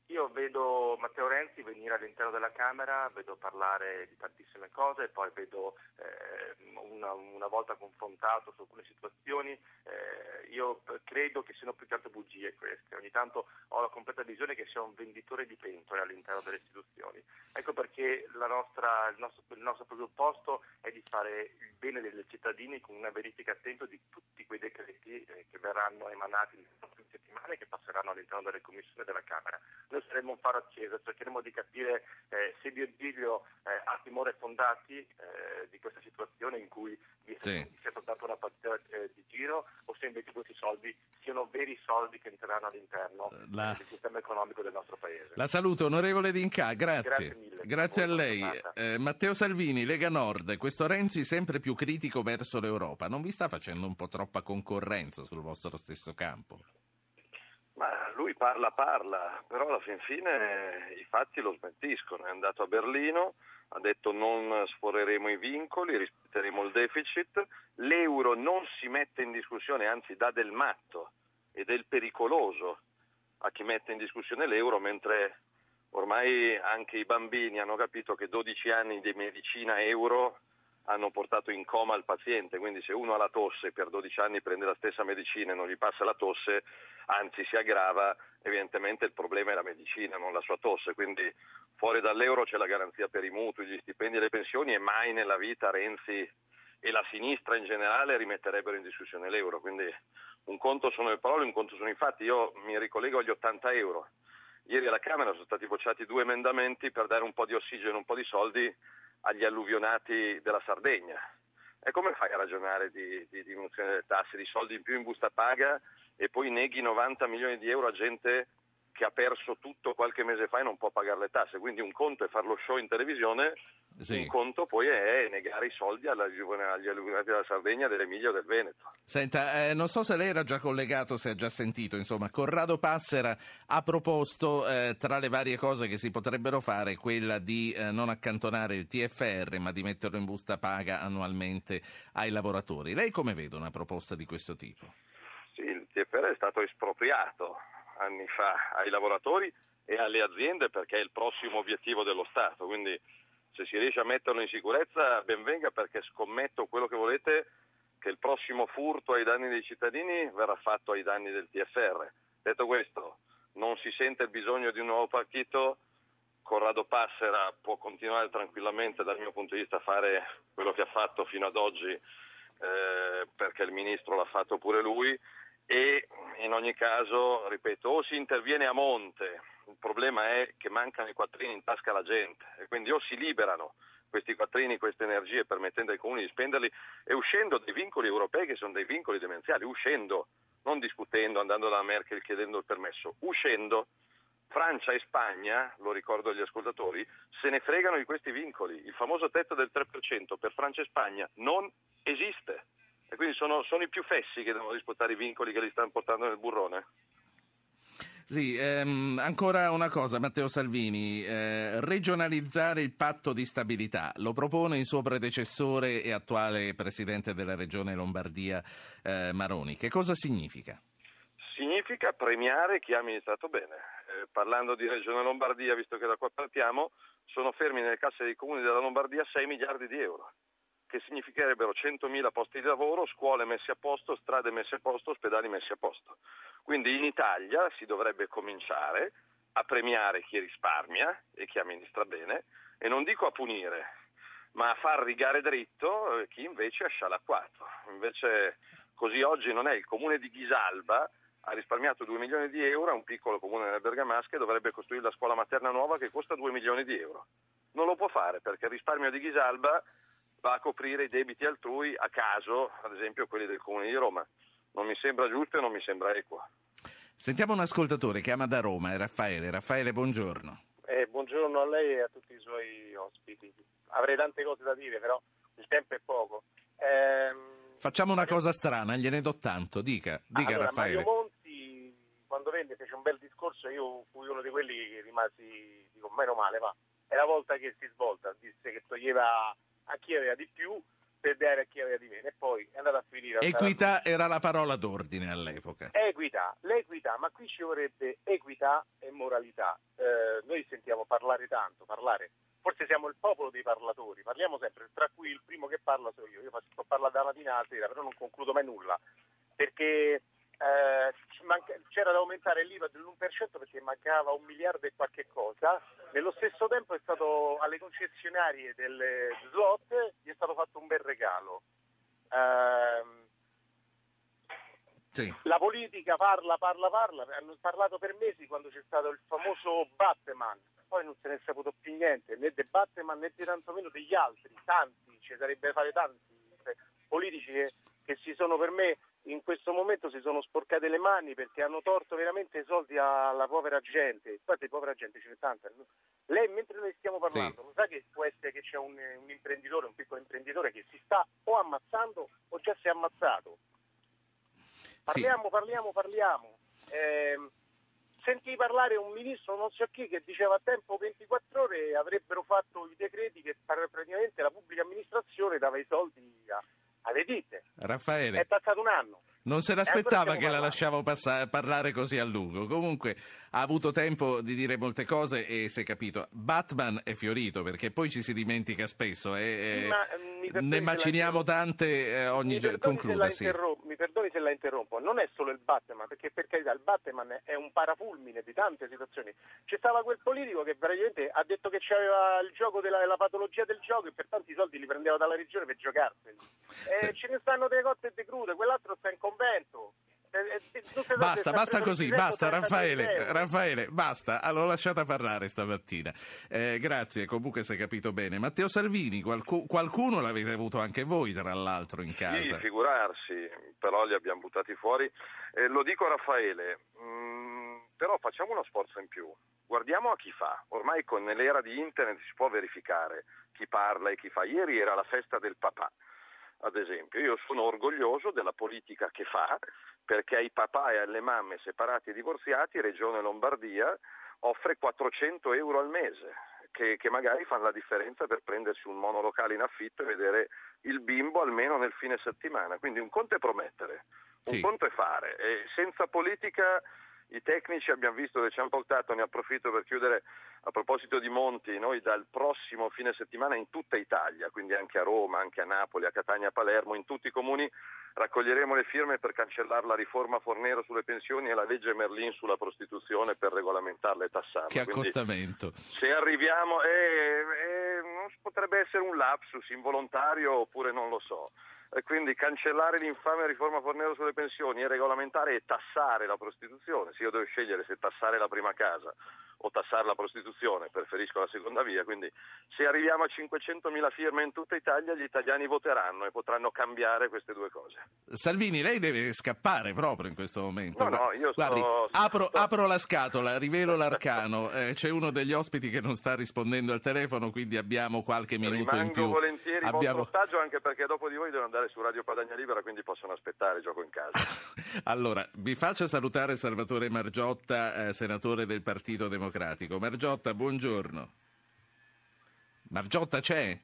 vedo Matteo Renzi venire all'interno della Camera, vedo parlare di tantissime cose, poi vedo eh, una, una volta confrontato su alcune situazioni, eh, io credo che siano più che altro bugie queste. Ogni tanto ho la completa visione che sia un venditore di pentole all'interno delle istituzioni. Ecco perché la nostra, il, nostro, il nostro presupposto è di fare il bene dei cittadini con una verifica attenta di tutti quei decreti eh, che verranno emanati nelle prossime settimane e che passeranno all'interno delle commissioni della Camera. Noi saremo un faro acceso, cercheremo di capire eh, se Virgilio eh, ha timore fondati eh, di questa situazione in cui vi sì. sia soltanto una partita eh, di giro, o se invece questi soldi siano veri soldi che entreranno all'interno La... eh, del sistema economico del nostro Paese. La saluto, onorevole D'Incà, grazie. Grazie mille. Grazie a lei. Eh, Matteo Salvini, Lega Nord, questo Renzi sempre più critico verso l'Europa, non vi sta facendo un po' troppa concorrenza sul vostro stesso campo? Ma lui parla parla, però alla fin fine i fatti lo smentiscono. È andato a Berlino, ha detto non sforeremo i vincoli, rispetteremo il deficit, l'euro non si mette in discussione, anzi dà del matto e del pericoloso a chi mette in discussione l'euro, mentre ormai anche i bambini hanno capito che dodici anni di medicina euro hanno portato in coma il paziente, quindi se uno ha la tosse per dodici anni prende la stessa medicina e non gli passa la tosse, anzi si aggrava, evidentemente il problema è la medicina, non la sua tosse, quindi fuori dall'euro c'è la garanzia per i mutui, gli stipendi e le pensioni, e mai nella vita Renzi e la sinistra in generale rimetterebbero in discussione l'euro, quindi un conto sono le parole, un conto sono i fatti. Io mi ricollego agli ottanta euro. Ieri alla Camera sono stati bocciati due emendamenti per dare un po' di ossigeno, un po' di soldi agli alluvionati della Sardegna. E come fai a ragionare di, di diminuzione delle tasse, di soldi in più in busta paga, e poi neghi novanta milioni di euro a gente che ha perso tutto qualche mese fa e non può pagare le tasse? Quindi un conto è fare lo show in televisione, sì. Un conto poi è negare i soldi agli alluvionati della Sardegna, dell'Emilia o del Veneto. Senta, eh, non so se lei era già collegato, se ha già sentito, insomma, Corrado Passera ha proposto eh, tra le varie cose che si potrebbero fare quella di eh, non accantonare il T F R, ma di metterlo in busta paga annualmente ai lavoratori. Lei come vede una proposta di questo tipo? Sì, il T F R è stato espropriato anni fa ai lavoratori e alle aziende perché è il prossimo obiettivo dello Stato, quindi se si riesce a metterlo in sicurezza ben venga, perché scommetto quello che volete che il prossimo furto ai danni dei cittadini verrà fatto ai danni del T F R. Detto questo, non si sente il bisogno di un nuovo partito, Corrado Passera può continuare tranquillamente dal mio punto di vista a fare quello che ha fatto fino ad oggi, eh, perché il ministro l'ha fatto pure lui, e in ogni caso, ripeto, o si interviene a monte, il problema è che mancano i quattrini in tasca alla gente e quindi o si liberano questi quattrini, queste energie, permettendo ai comuni di spenderli e uscendo dai vincoli europei che sono dei vincoli demenziali, uscendo, non discutendo, andando dalla Merkel chiedendo il permesso, uscendo. Francia e Spagna, lo ricordo agli ascoltatori, se ne fregano di questi vincoli. Il famoso tetto del tre per cento per Francia e Spagna non esiste. E quindi sono, sono i più fessi che devono rispettare i vincoli che li stanno portando nel burrone. Sì, ehm, ancora una cosa, Matteo Salvini, eh, regionalizzare il patto di stabilità, lo propone il suo predecessore e attuale presidente della regione Lombardia, eh, Maroni. Che cosa significa? Significa premiare chi ha amministrato bene. Eh, parlando di regione Lombardia, visto che da qua partiamo, sono fermi nelle casse dei comuni della Lombardia sei miliardi di euro. Che significherebbero centomila posti di lavoro, scuole messe a posto, strade messe a posto, ospedali messi a posto. Quindi in Italia si dovrebbe cominciare a premiare chi risparmia e chi amministra bene, e non dico a punire, ma a far rigare dritto chi invece ha scialacquato. Invece così oggi non è. Il comune di Ghisalba ha risparmiato due milioni di euro, è un piccolo comune nelle Bergamasche, dovrebbe costruire la scuola materna nuova che costa due milioni di euro. Non lo può fare perché il risparmio di Ghisalba va a coprire i debiti altrui, a caso, ad esempio quelli del Comune di Roma. Non mi sembra giusto e non mi sembra equo. Sentiamo un ascoltatore che ama da Roma, è Raffaele. Raffaele, buongiorno. Eh, buongiorno a lei e a tutti i suoi ospiti. Avrei tante cose da dire, però il tempo è poco. Ehm... Facciamo una cosa strana, gliene do tanto, dica, dica allora, Raffaele. Mario Monti, quando venne, fece un bel discorso, io fui uno di quelli che rimasi, dico, meno male, ma è la volta che si svolta, disse che toglieva a chi aveva di più per dare a chi aveva di meno, e poi è andata a finire... Equità era la parola d'ordine all'epoca. Equità, l'equità, ma qui ci vorrebbe equità e moralità. Eh, noi sentiamo parlare tanto, parlare... Forse siamo il popolo dei parlatori, parliamo sempre, tra cui il primo che parla sono io, io sto parlando dalla mattina alla sera, però non concludo mai nulla, perché eh, manca, c'era da aumentare l'I V A dell'uno per cento perché mancava un miliardo e qualche cosa, nello stesso tempo è stato alle concessionarie delle slot gli è stato fatto un bel regalo. Eh, sì. La politica parla, parla, parla, hanno parlato per mesi quando c'è stato il famoso Batman. Poi non se ne è saputo più niente, né di Batman né di tantomeno degli altri, tanti, ci sarebbe fare tanti politici che, che si sono, per me, in questo momento si sono sporcate le mani perché hanno torto veramente i soldi alla povera gente. Infatti, povera gente ce n'è tanta. Lei, mentre noi stiamo parlando, sì. lo sa che può essere che c'è un, un imprenditore, un piccolo imprenditore che si sta o ammazzando o già si è ammazzato. Parliamo, sì. parliamo, parliamo. Eh, Sentii parlare un ministro, non so chi, che diceva a tempo ventiquattro ore avrebbero fatto i decreti che praticamente la pubblica amministrazione dava i soldi a, alle ditte. Raffaele. È passato un anno. Non se l'aspettava che la lasciavo passa- parlare così a lungo. Comunque ha avuto tempo di dire molte cose e si è capito. Batman è fiorito perché poi ci si dimentica spesso. Eh, sì, ma, eh, ne maciniamo tante eh, ogni giorno. Concluda, sì. Mi perdoni se la interrompo. Non è solo il Batman, perché per carità il Batman è un parafulmine di tante situazioni. C'è stava quel politico che praticamente ha detto che c'aveva il gioco della la patologia del gioco e per tanti soldi li prendeva dalla regione per giocarseli. E sì. ce ne stanno delle cotte e de crude, quell'altro sta in convento. Basta, basta così, basta Raffaele, Raffaele, basta, l'ho lasciata parlare stamattina. Eh, grazie, comunque si è capito bene. Matteo Salvini, qualcu- qualcuno l'avete avuto anche voi, tra l'altro, in casa. Sì, figurarsi, però li abbiamo buttati fuori. Eh, lo dico a Raffaele, mh, però facciamo uno sforzo in più. Guardiamo a chi fa. Ormai con l'era di internet si può verificare chi parla e chi fa. Ieri era la festa del papà. Ad esempio, io sono orgoglioso della politica che fa, perché ai papà e alle mamme separati e divorziati Regione Lombardia offre quattrocento euro al mese, che, che magari fanno la differenza per prendersi un monolocale in affitto e vedere il bimbo almeno nel fine settimana. Quindi un conto è promettere, un sì. conto è fare. E senza politica i tecnici abbiamo visto che ci hanno portato, ne approfitto per chiudere a proposito di Monti, noi dal prossimo fine settimana in tutta Italia, quindi anche a Roma, anche a Napoli, a Catania, a Palermo, in tutti i comuni raccoglieremo le firme per cancellare la riforma Fornero sulle pensioni e la legge Merlin sulla prostituzione per regolamentarla e tassarla. Che accostamento. Quindi, se arriviamo, eh, eh, non potrebbe essere un lapsus involontario oppure non lo so. E quindi cancellare l'infame riforma Fornero sulle pensioni e regolamentare e tassare la prostituzione. Se io devo scegliere se tassare la prima casa o tassare la prostituzione, preferisco la seconda via. Quindi se arriviamo a cinquecentomila firme in tutta Italia, gli italiani voteranno e potranno cambiare queste due cose. Salvini, lei deve scappare proprio in questo momento. No, no, io Guardi, sto... apro, apro la scatola, rivelo l'arcano. Eh, c'è uno degli ospiti che non sta rispondendo al telefono, quindi abbiamo qualche minuto Rimango in più. volentieri abbiamo... vostro ostaggio, anche perché dopo di voi devo andare su Radio Padania Libera, quindi possono aspettare, gioco in casa. Allora, vi faccio salutare Salvatore Margiotta, eh, senatore del Partito Democratico. Margiotta, buongiorno. Margiotta c'è?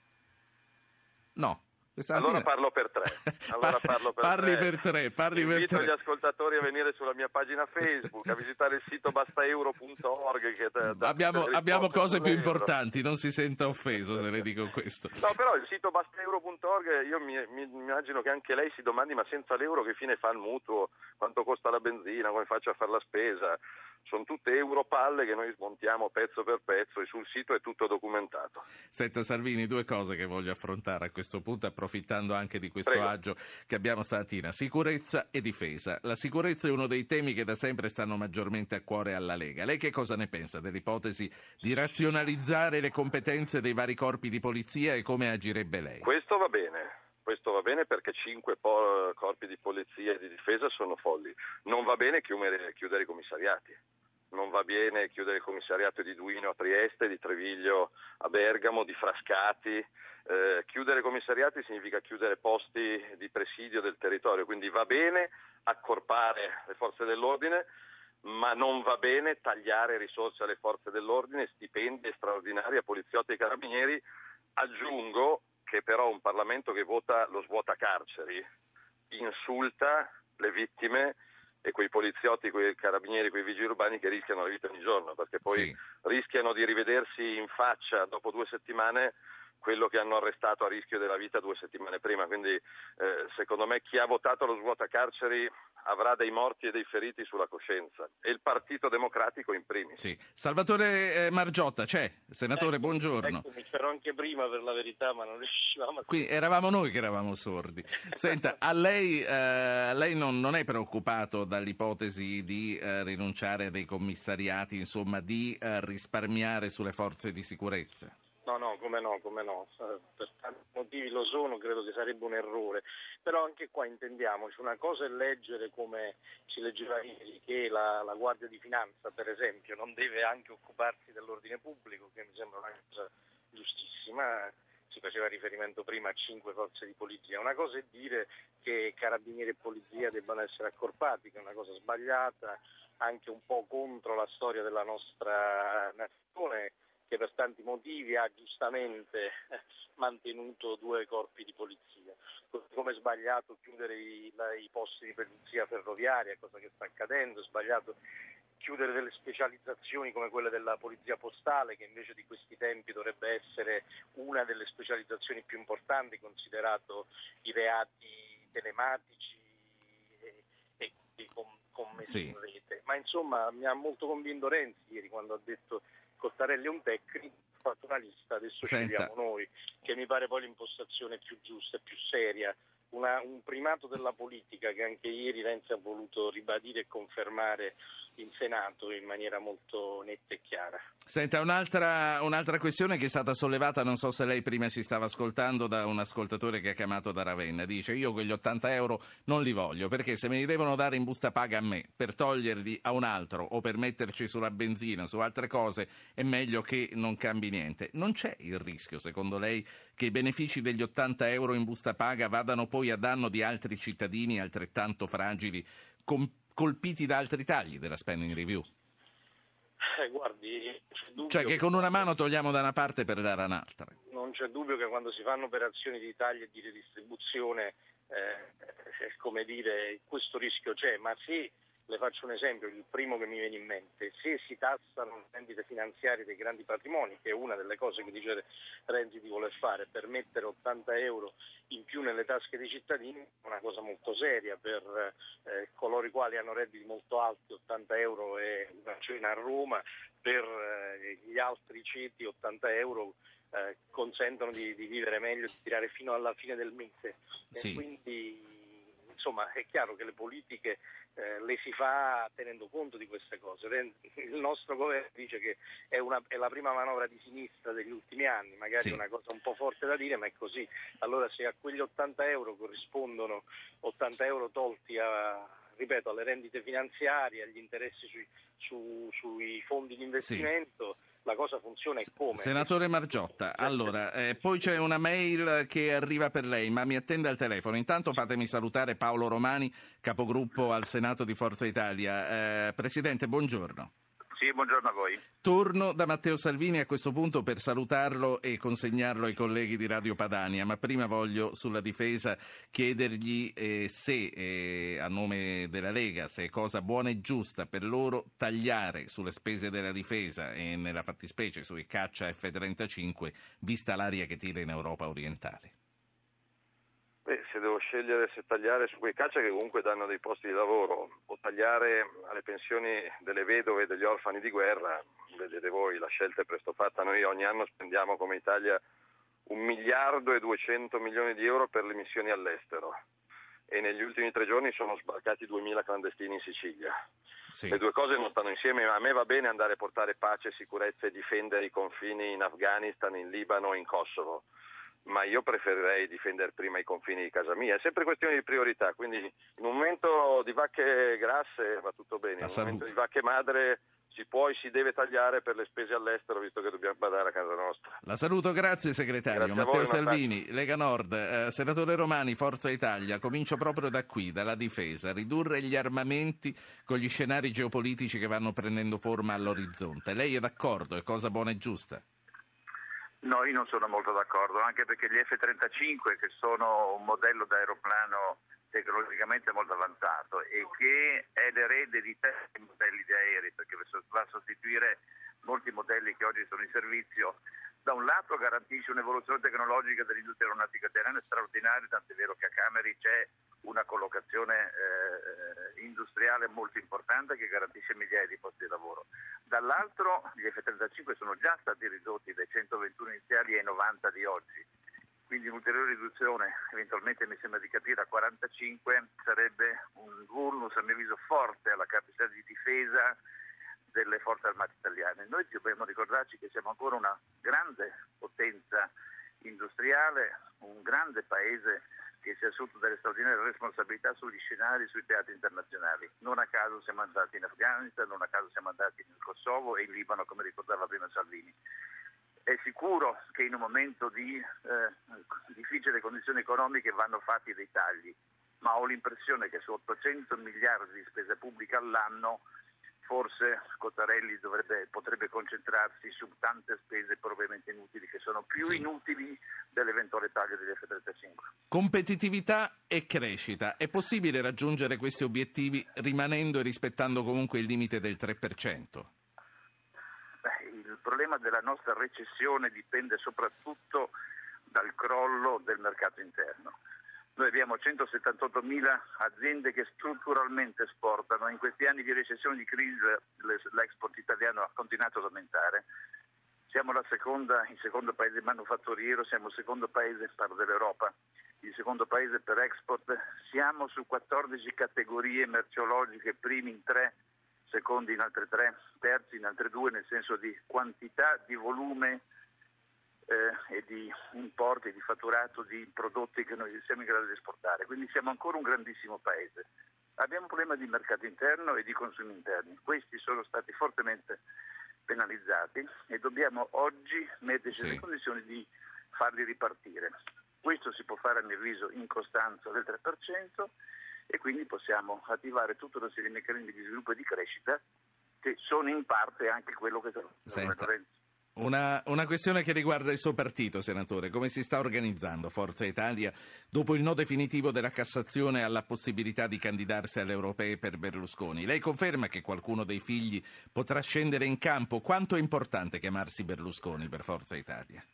No. Allora parlo per tre. Allora parlo per parli tre. per tre. Parli Invito per tre. gli ascoltatori a venire sulla mia pagina Facebook, a visitare il sito bastaeuro punto org. Che da, da abbiamo abbiamo cose più importanti, non si senta offeso se le dico questo. No, però il sito bastaeuro punto org, io mi, mi immagino che anche lei si domandi: ma senza l'euro che fine fa il mutuo? Quanto costa la benzina? Come faccio a fare la spesa? Sono tutte europalle che noi smontiamo pezzo per pezzo e sul sito è tutto documentato. Senta Salvini, due cose che voglio affrontare a questo punto, approfittando anche di questo Prego. agio che abbiamo stamattina: sicurezza e difesa. La sicurezza è uno dei temi che da sempre stanno maggiormente a cuore alla Lega. Lei che cosa ne pensa dell'ipotesi di razionalizzare le competenze dei vari corpi di polizia e come agirebbe lei? Questo va bene. Questo va bene perché cinque po- corpi di polizia e di difesa sono folli. Non va bene chiudere, chiudere i commissariati. Non va bene chiudere il commissariato di Duino a Trieste, di Treviglio a Bergamo, di Frascati. Eh, chiudere commissariati significa chiudere posti di presidio del territorio, quindi va bene accorpare le forze dell'ordine, ma non va bene tagliare risorse alle forze dell'ordine, stipendi straordinari a poliziotti e carabinieri. Aggiungo, che però un Parlamento che vota lo svuota carceri insulta le vittime e quei poliziotti, quei carabinieri, quei vigili urbani che rischiano la vita ogni giorno, perché poi sì. rischiano di rivedersi in faccia dopo due settimane quello che hanno arrestato a rischio della vita due settimane prima. Quindi eh, secondo me chi ha votato lo svuota carceri avrà dei morti e dei feriti sulla coscienza, e il Partito Democratico in primis. Sì. Salvatore eh, Margiotta c'è, senatore, ecco, buongiorno. Eccomi, c'ero anche prima per la verità, ma non riuscivamo a... Qui eravamo noi che eravamo sordi. Senta, a lei, eh, lei non, non è preoccupato dall'ipotesi di eh, rinunciare a dei commissariati, insomma di eh, risparmiare sulle forze di sicurezza? No, no, come no, come no, per tanti motivi lo sono, credo che sarebbe un errore, però anche qua intendiamoci, una cosa è leggere come si leggeva ieri, che la, la Guardia di Finanza per esempio non deve anche occuparsi dell'ordine pubblico, che mi sembra una cosa giustissima, si faceva riferimento prima a cinque forze di polizia, una cosa è dire che carabinieri e polizia debbano essere accorpati, che è una cosa sbagliata, anche un po' contro la storia della nostra nazione, che per tanti motivi ha giustamente mantenuto due corpi di polizia. Come è sbagliato chiudere i, la, i posti di polizia ferroviaria, cosa che sta accadendo, è sbagliato chiudere delle specializzazioni come quelle della polizia postale, che invece di questi tempi dovrebbe essere una delle specializzazioni più importanti, considerato i reati telematici e, e, e commessi sì. in rete. Ma insomma mi ha molto convinto Renzi ieri quando ha detto Cottarelli è un tecnico, ha fatto una lista, adesso Senta. scegliamo noi, che mi pare poi l'impostazione più giusta e più seria, una, un primato della politica che anche ieri Renzi ha voluto ribadire e confermare in Senato in maniera molto netta e chiara. Senta, un'altra, un'altra questione che è stata sollevata, non so se lei prima ci stava ascoltando, da un ascoltatore che ha chiamato da Ravenna, dice io quegli ottanta euro non li voglio perché se me li devono dare in busta paga a me per toglierli a un altro o per metterci sulla benzina, su altre cose, è meglio che non cambi niente. Non c'è il rischio, secondo lei, che i benefici degli ottanta euro in busta paga vadano poi a danno di altri cittadini altrettanto fragili, com- colpiti da altri tagli della spending review? Eh, guardi, c'è dubbio cioè che con una mano togliamo da una parte per dare un'altra. Non c'è dubbio che quando si fanno operazioni di tagli e di redistribuzione, eh, come dire, questo rischio c'è, ma se, le faccio un esempio, il primo che mi viene in mente, se si tassano le rendite finanziarie dei grandi patrimoni, che è una delle cose che dice Renzi di voler fare, per mettere ottanta euro in più nelle tasche dei cittadini, è una cosa molto seria per eh, coloro i quali hanno redditi molto alti, ottanta euro e una cena a Roma, per eh, gli altri ceti ottanta euro eh, consentono di, di vivere meglio, di tirare fino alla fine del mese. Sì. E quindi insomma è chiaro che le politiche eh, le si fa tenendo conto di queste cose. Il nostro governo dice che è, una, è la prima manovra di sinistra degli ultimi anni, magari sì. è una cosa un po' forte da dire, ma è così. Allora se a quegli ottanta euro corrispondono ottanta euro tolti a, ripeto, alle rendite finanziarie, agli interessi sui, su, sui fondi di investimento, sì. la cosa funziona e come? Senatore Margiotta, allora, eh, poi c'è una mail che arriva per lei, ma mi attende al telefono. Intanto fatemi salutare Paolo Romani, capogruppo al Senato di Forza Italia. Eh, Presidente, buongiorno. Sì, buongiorno a voi. Torno da Matteo Salvini a questo punto per salutarlo e consegnarlo ai colleghi di Radio Padania, ma prima voglio sulla difesa chiedergli eh, se, eh, a nome della Lega, se è cosa buona e giusta per loro tagliare sulle spese della difesa e nella fattispecie sui caccia F trentacinque, vista l'aria che tira in Europa orientale. Beh, se devo scegliere se tagliare su quei caccia che comunque danno dei posti di lavoro o tagliare alle pensioni delle vedove e degli orfani di guerra, vedete voi, la scelta è presto fatta. Noi ogni anno spendiamo come Italia un miliardo e duecento milioni di euro per le missioni all'estero e negli ultimi tre giorni sono sbarcati duemila clandestini in Sicilia. Sì. Le due cose non stanno insieme, ma a me va bene andare a portare pace, sicurezza e difendere i confini in Afghanistan, in Libano, in Kosovo. Ma io preferirei difendere prima i confini di casa mia, è sempre questione di priorità, quindi in un momento di vacche grasse va tutto bene, in un momento di vacche madre si può e si deve tagliare per le spese all'estero, visto che dobbiamo badare a casa nostra. La saluto, grazie segretario. Grazie Matteo voi, Salvini, Lega Nord, eh, senatore Romani, Forza Italia, comincio proprio da qui, dalla difesa, ridurre gli armamenti con gli scenari geopolitici che vanno prendendo forma all'orizzonte. Lei è d'accordo? È cosa buona e giusta? No, io non sono molto d'accordo, anche perché gli F trentacinque, che sono un modello d'aeroplano tecnologicamente molto avanzato e che è l'erede di tanti modelli di aerei, perché va a sostituire molti modelli che oggi sono in servizio, da un lato garantisce un'evoluzione tecnologica dell'industria aeronautica italiana straordinaria, tant'è vero che a Cameri c'è una collocazione eh, industriale molto importante che garantisce migliaia di posti di lavoro. Dall'altro gli F trentacinque sono già stati ridotti dai centoventuno iniziali ai novanta di oggi, quindi un'ulteriore riduzione, eventualmente mi sembra di capire a quarantacinque, sarebbe un vulnus a mio avviso forte alla capacità di difesa delle forze armate italiane. Noi dobbiamo ricordarci che siamo ancora una grande potenza industriale, un grande paese che si è assunto delle straordinarie responsabilità sugli scenari, sui teatri internazionali. Non a caso siamo andati in Afghanistan, non a caso siamo andati in Kosovo e in Libano, come ricordava prima Salvini. È sicuro che in un momento di eh, difficili condizioni economiche vanno fatti dei tagli, ma ho l'impressione che su ottocento miliardi di spesa pubblica all'anno forse Cottarelli dovrebbe, potrebbe concentrarsi su tante spese probabilmente inutili, che sono più sì. inutili dell'eventuale taglio degli F trentacinque. Competitività e crescita. È possibile raggiungere questi obiettivi rimanendo e rispettando comunque il limite del tre per cento? Beh, il problema della nostra recessione dipende soprattutto dal crollo del mercato interno. Noi abbiamo centosettantottomila aziende che strutturalmente esportano. In questi anni di recessione, di crisi, l'export italiano ha continuato ad aumentare. Siamo la seconda, il secondo paese manufatturiero, siamo il secondo paese, parlo dell'Europa, il secondo paese per export. Siamo su quattordici categorie merceologiche, primi in tre, secondi in altre tre, terzi in altre due, nel senso di quantità, di volume Eh, e di importi, di fatturato di prodotti che noi siamo in grado di esportare, quindi siamo ancora un grandissimo paese. Abbiamo un problema di mercato interno e di consumi interni, questi sono stati fortemente penalizzati e dobbiamo oggi metterci sì. nelle condizioni di farli ripartire. Questo si può fare a mio avviso in costanza del tre per cento e quindi possiamo attivare tutta una serie di meccanismi di sviluppo e di crescita che sono in parte anche quello che sta Una, una questione che riguarda il suo partito, senatore. Come si sta organizzando Forza Italia dopo il no definitivo della Cassazione alla possibilità di candidarsi alle europee per Berlusconi? Lei conferma che qualcuno dei figli potrà scendere in campo? Quanto è importante chiamarsi Berlusconi per Forza Italia?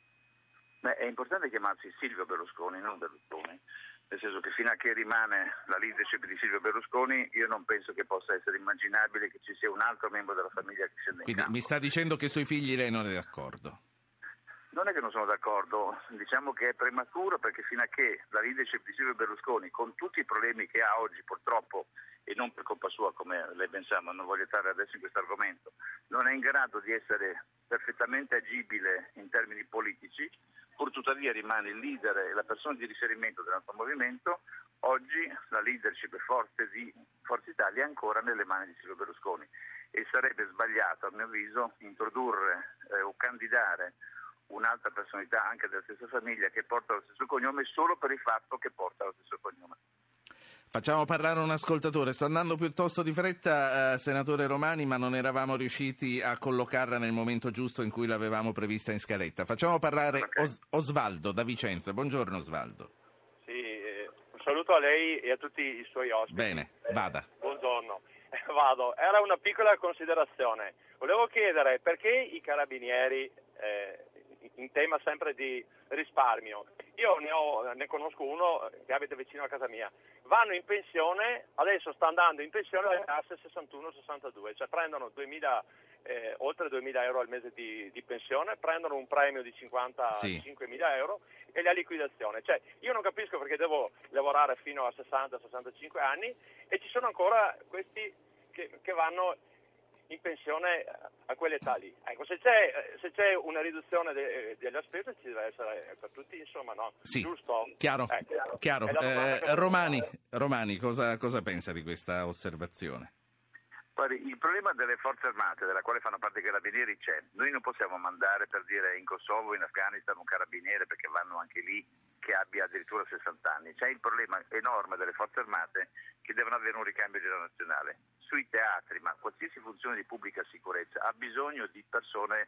Beh, è importante chiamarsi Silvio Berlusconi, non Berlusconi. Nel senso che fino a che rimane la leadership di Silvio Berlusconi io non penso che possa essere immaginabile che ci sia un altro membro della famiglia che scenda in Quindi campo. Mi sta dicendo che sui figli lei non è d'accordo? Non è che non sono d'accordo, diciamo che è prematuro perché fino a che la leadership di Silvio Berlusconi, con tutti i problemi che ha oggi purtroppo, e non per colpa sua come lei pensava, non voglio entrare adesso in questo argomento, non è in grado di essere perfettamente agibile in termini politici, pur tuttavia rimane il leader e la persona di riferimento del nostro movimento. Oggi la leadership forte di Forza Italia è ancora nelle mani di Silvio Berlusconi e sarebbe sbagliato a mio avviso introdurre eh, o candidare un'altra personalità anche della stessa famiglia che porta lo stesso cognome solo per il fatto che porta lo stesso cognome. Facciamo parlare un ascoltatore. Sto andando piuttosto di fretta, eh, senatore Romani, ma non eravamo riusciti a collocarla nel momento giusto in cui l'avevamo prevista in scaletta. Facciamo parlare okay. Os- Osvaldo da Vicenza. Buongiorno Osvaldo. Sì, eh, un saluto a lei e a tutti i suoi ospiti. Bene, vada. Eh, buongiorno. Eh, vado. Era una piccola considerazione. Volevo chiedere perché i carabinieri, eh, in tema sempre di risparmio, io ne, ho, ne conosco uno che abita vicino a casa mia, vanno in pensione, adesso sta andando in pensione alle classe sessantuno sessantadue, cioè prendono duemila, eh, oltre duemila euro al mese di, di pensione, prendono un premio di cinquantacinquemila sì. euro e la liquidazione. Cioè, io non capisco perché devo lavorare fino a sessanta sessantacinque anni e ci sono ancora questi che, che vanno in pensione a quell'età lì. Ecco, se c'è, se c'è una riduzione de, delle spese ci deve essere per tutti, insomma, no? Sì, giusto? chiaro. Eh, chiaro. Eh, Romani, Romani cosa, cosa pensa di questa osservazione? Il problema delle forze armate, della quale fanno parte i carabinieri, c'è. Noi non possiamo mandare, per dire, in Kosovo, in Afghanistan, un carabiniere, perché vanno anche lì, che abbia addirittura sessanta anni. C'è il problema enorme delle forze armate che devono avere un ricambio generazionale. Sui teatri, ma qualsiasi funzione di pubblica sicurezza ha bisogno di persone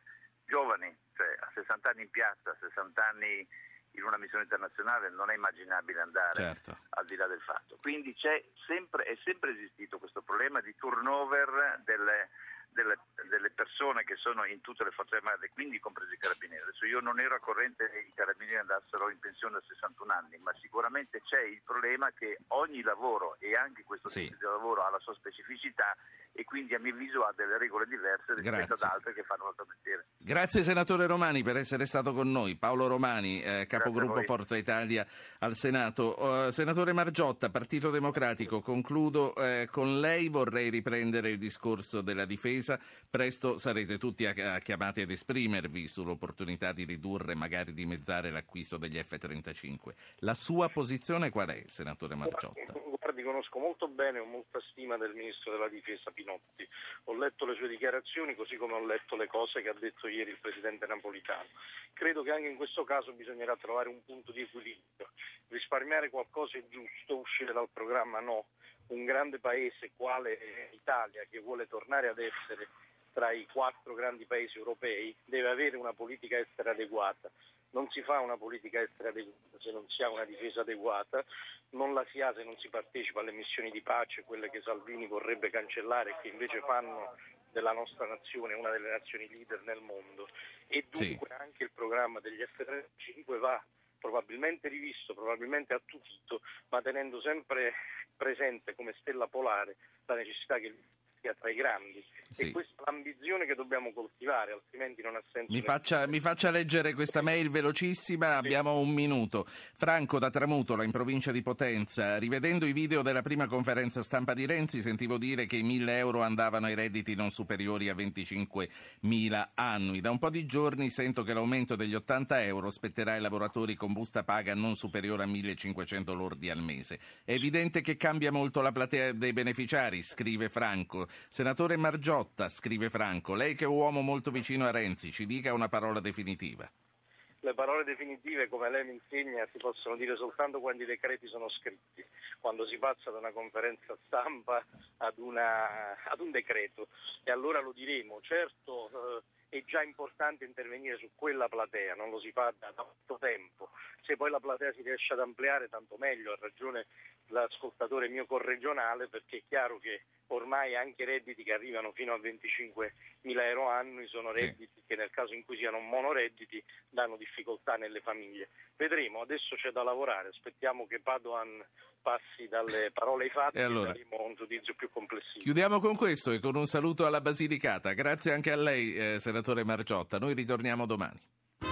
giovani, cioè a sessanta anni in piazza, a sessanta anni in una missione internazionale non è immaginabile andare certo. al di là del fatto. Quindi c'è sempre, è sempre esistito questo problema di turnover delle, delle, delle persone che sono in tutte le forze armate, quindi compresi i carabinieri. Adesso io non ero a corrente che i carabinieri andassero in pensione a sessantuno anni, ma sicuramente c'è il problema che ogni lavoro, e anche questo sì. tipo di lavoro, ha la sua specificità e quindi a mio avviso ha delle regole diverse rispetto Grazie. ad altre che fanno l'altro mestiere. Grazie senatore Romani per essere stato con noi. Paolo Romani, eh, capogruppo Forza Italia al Senato. Uh, senatore Margiotta, Partito Democratico, concludo eh, con lei, vorrei riprendere il discorso della difesa. Presto sarete tutti a- a chiamati ad esprimervi sull'opportunità di ridurre, magari dimezzare l'acquisto degli F trentacinque. La sua posizione qual è, senatore Margiotta? Guardi, conosco molto bene e ho molta stima del Ministro della Difesa Pinotti. Ho letto le sue dichiarazioni, così come ho letto le cose che ha detto ieri il Presidente Napolitano. Credo che anche in questo caso bisognerà trovare un punto di equilibrio. Risparmiare qualcosa è giusto, uscire dal programma no. Un grande paese quale l'Italia, che vuole tornare ad essere tra i quattro grandi paesi europei, deve avere una politica estera adeguata. Non si fa una politica estera adeguata se non si ha una difesa adeguata, non la si ha se non si partecipa alle missioni di pace, quelle che Salvini vorrebbe cancellare e che invece fanno della nostra nazione una delle nazioni leader nel mondo. E dunque sì. anche il programma degli F trentacinque va probabilmente rivisto, probabilmente attutito, ma tenendo sempre presente come stella polare la necessità che sia tra i grandi. Sì. E questa è l'ambizione che dobbiamo coltivare, altrimenti non ha senso. Mi faccia, mi faccia leggere questa mail velocissima, sì. Abbiamo un minuto. Franco da Tramutola, in provincia di Potenza. Rivedendo i video della prima conferenza stampa di Renzi, sentivo dire che i mille euro andavano ai redditi non superiori a venticinquemila annui. Da un po' di giorni sento che l'aumento degli ottanta euro spetterà ai lavoratori con busta paga non superiore a millecinquecento lordi al mese. È evidente che cambia molto la platea dei beneficiari, scrive Franco. Senatore Margiotta, scrive Franco, lei che è un uomo molto vicino a Renzi, ci dica una parola definitiva. Le parole definitive, come lei mi insegna, si possono dire soltanto quando i decreti sono scritti, quando si passa da una conferenza stampa ad, una, ad un decreto, e allora lo diremo. Certo, eh, è già importante intervenire su quella platea, non lo si fa da tanto tempo. Se poi la platea si riesce ad ampliare, tanto meglio, ha ragione l'ascoltatore mio corregionale, perché è chiaro che ormai anche redditi che arrivano fino a venticinquemila euro annui sono redditi sì. che nel caso in cui siano monoredditi danno difficoltà nelle famiglie. Vedremo, adesso c'è da lavorare, aspettiamo che Padoan passi dalle parole ai fatti e, allora, e daremo un giudizio più complessivo. Chiudiamo con questo e con un saluto alla Basilicata. Grazie anche a lei, eh, senatore Margiotta. Noi ritorniamo domani.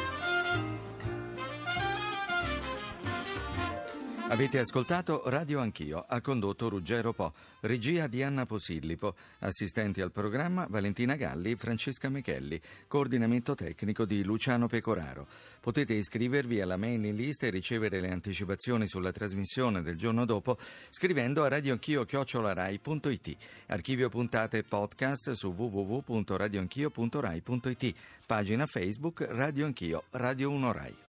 Avete ascoltato Radio Anch'io, ha condotto Ruggero Po, regia di Anna Posillipo, assistenti al programma Valentina Galli, Francesca Mechelli, coordinamento tecnico di Luciano Pecoraro. Potete iscrivervi alla mailing list e ricevere le anticipazioni sulla trasmissione del giorno dopo scrivendo a radioanchio chiocciola rai punto it. Archivio puntate e podcast su w w w punto radioanchio punto rai punto it. Pagina Facebook Radio Anch'io, Radio uno Rai.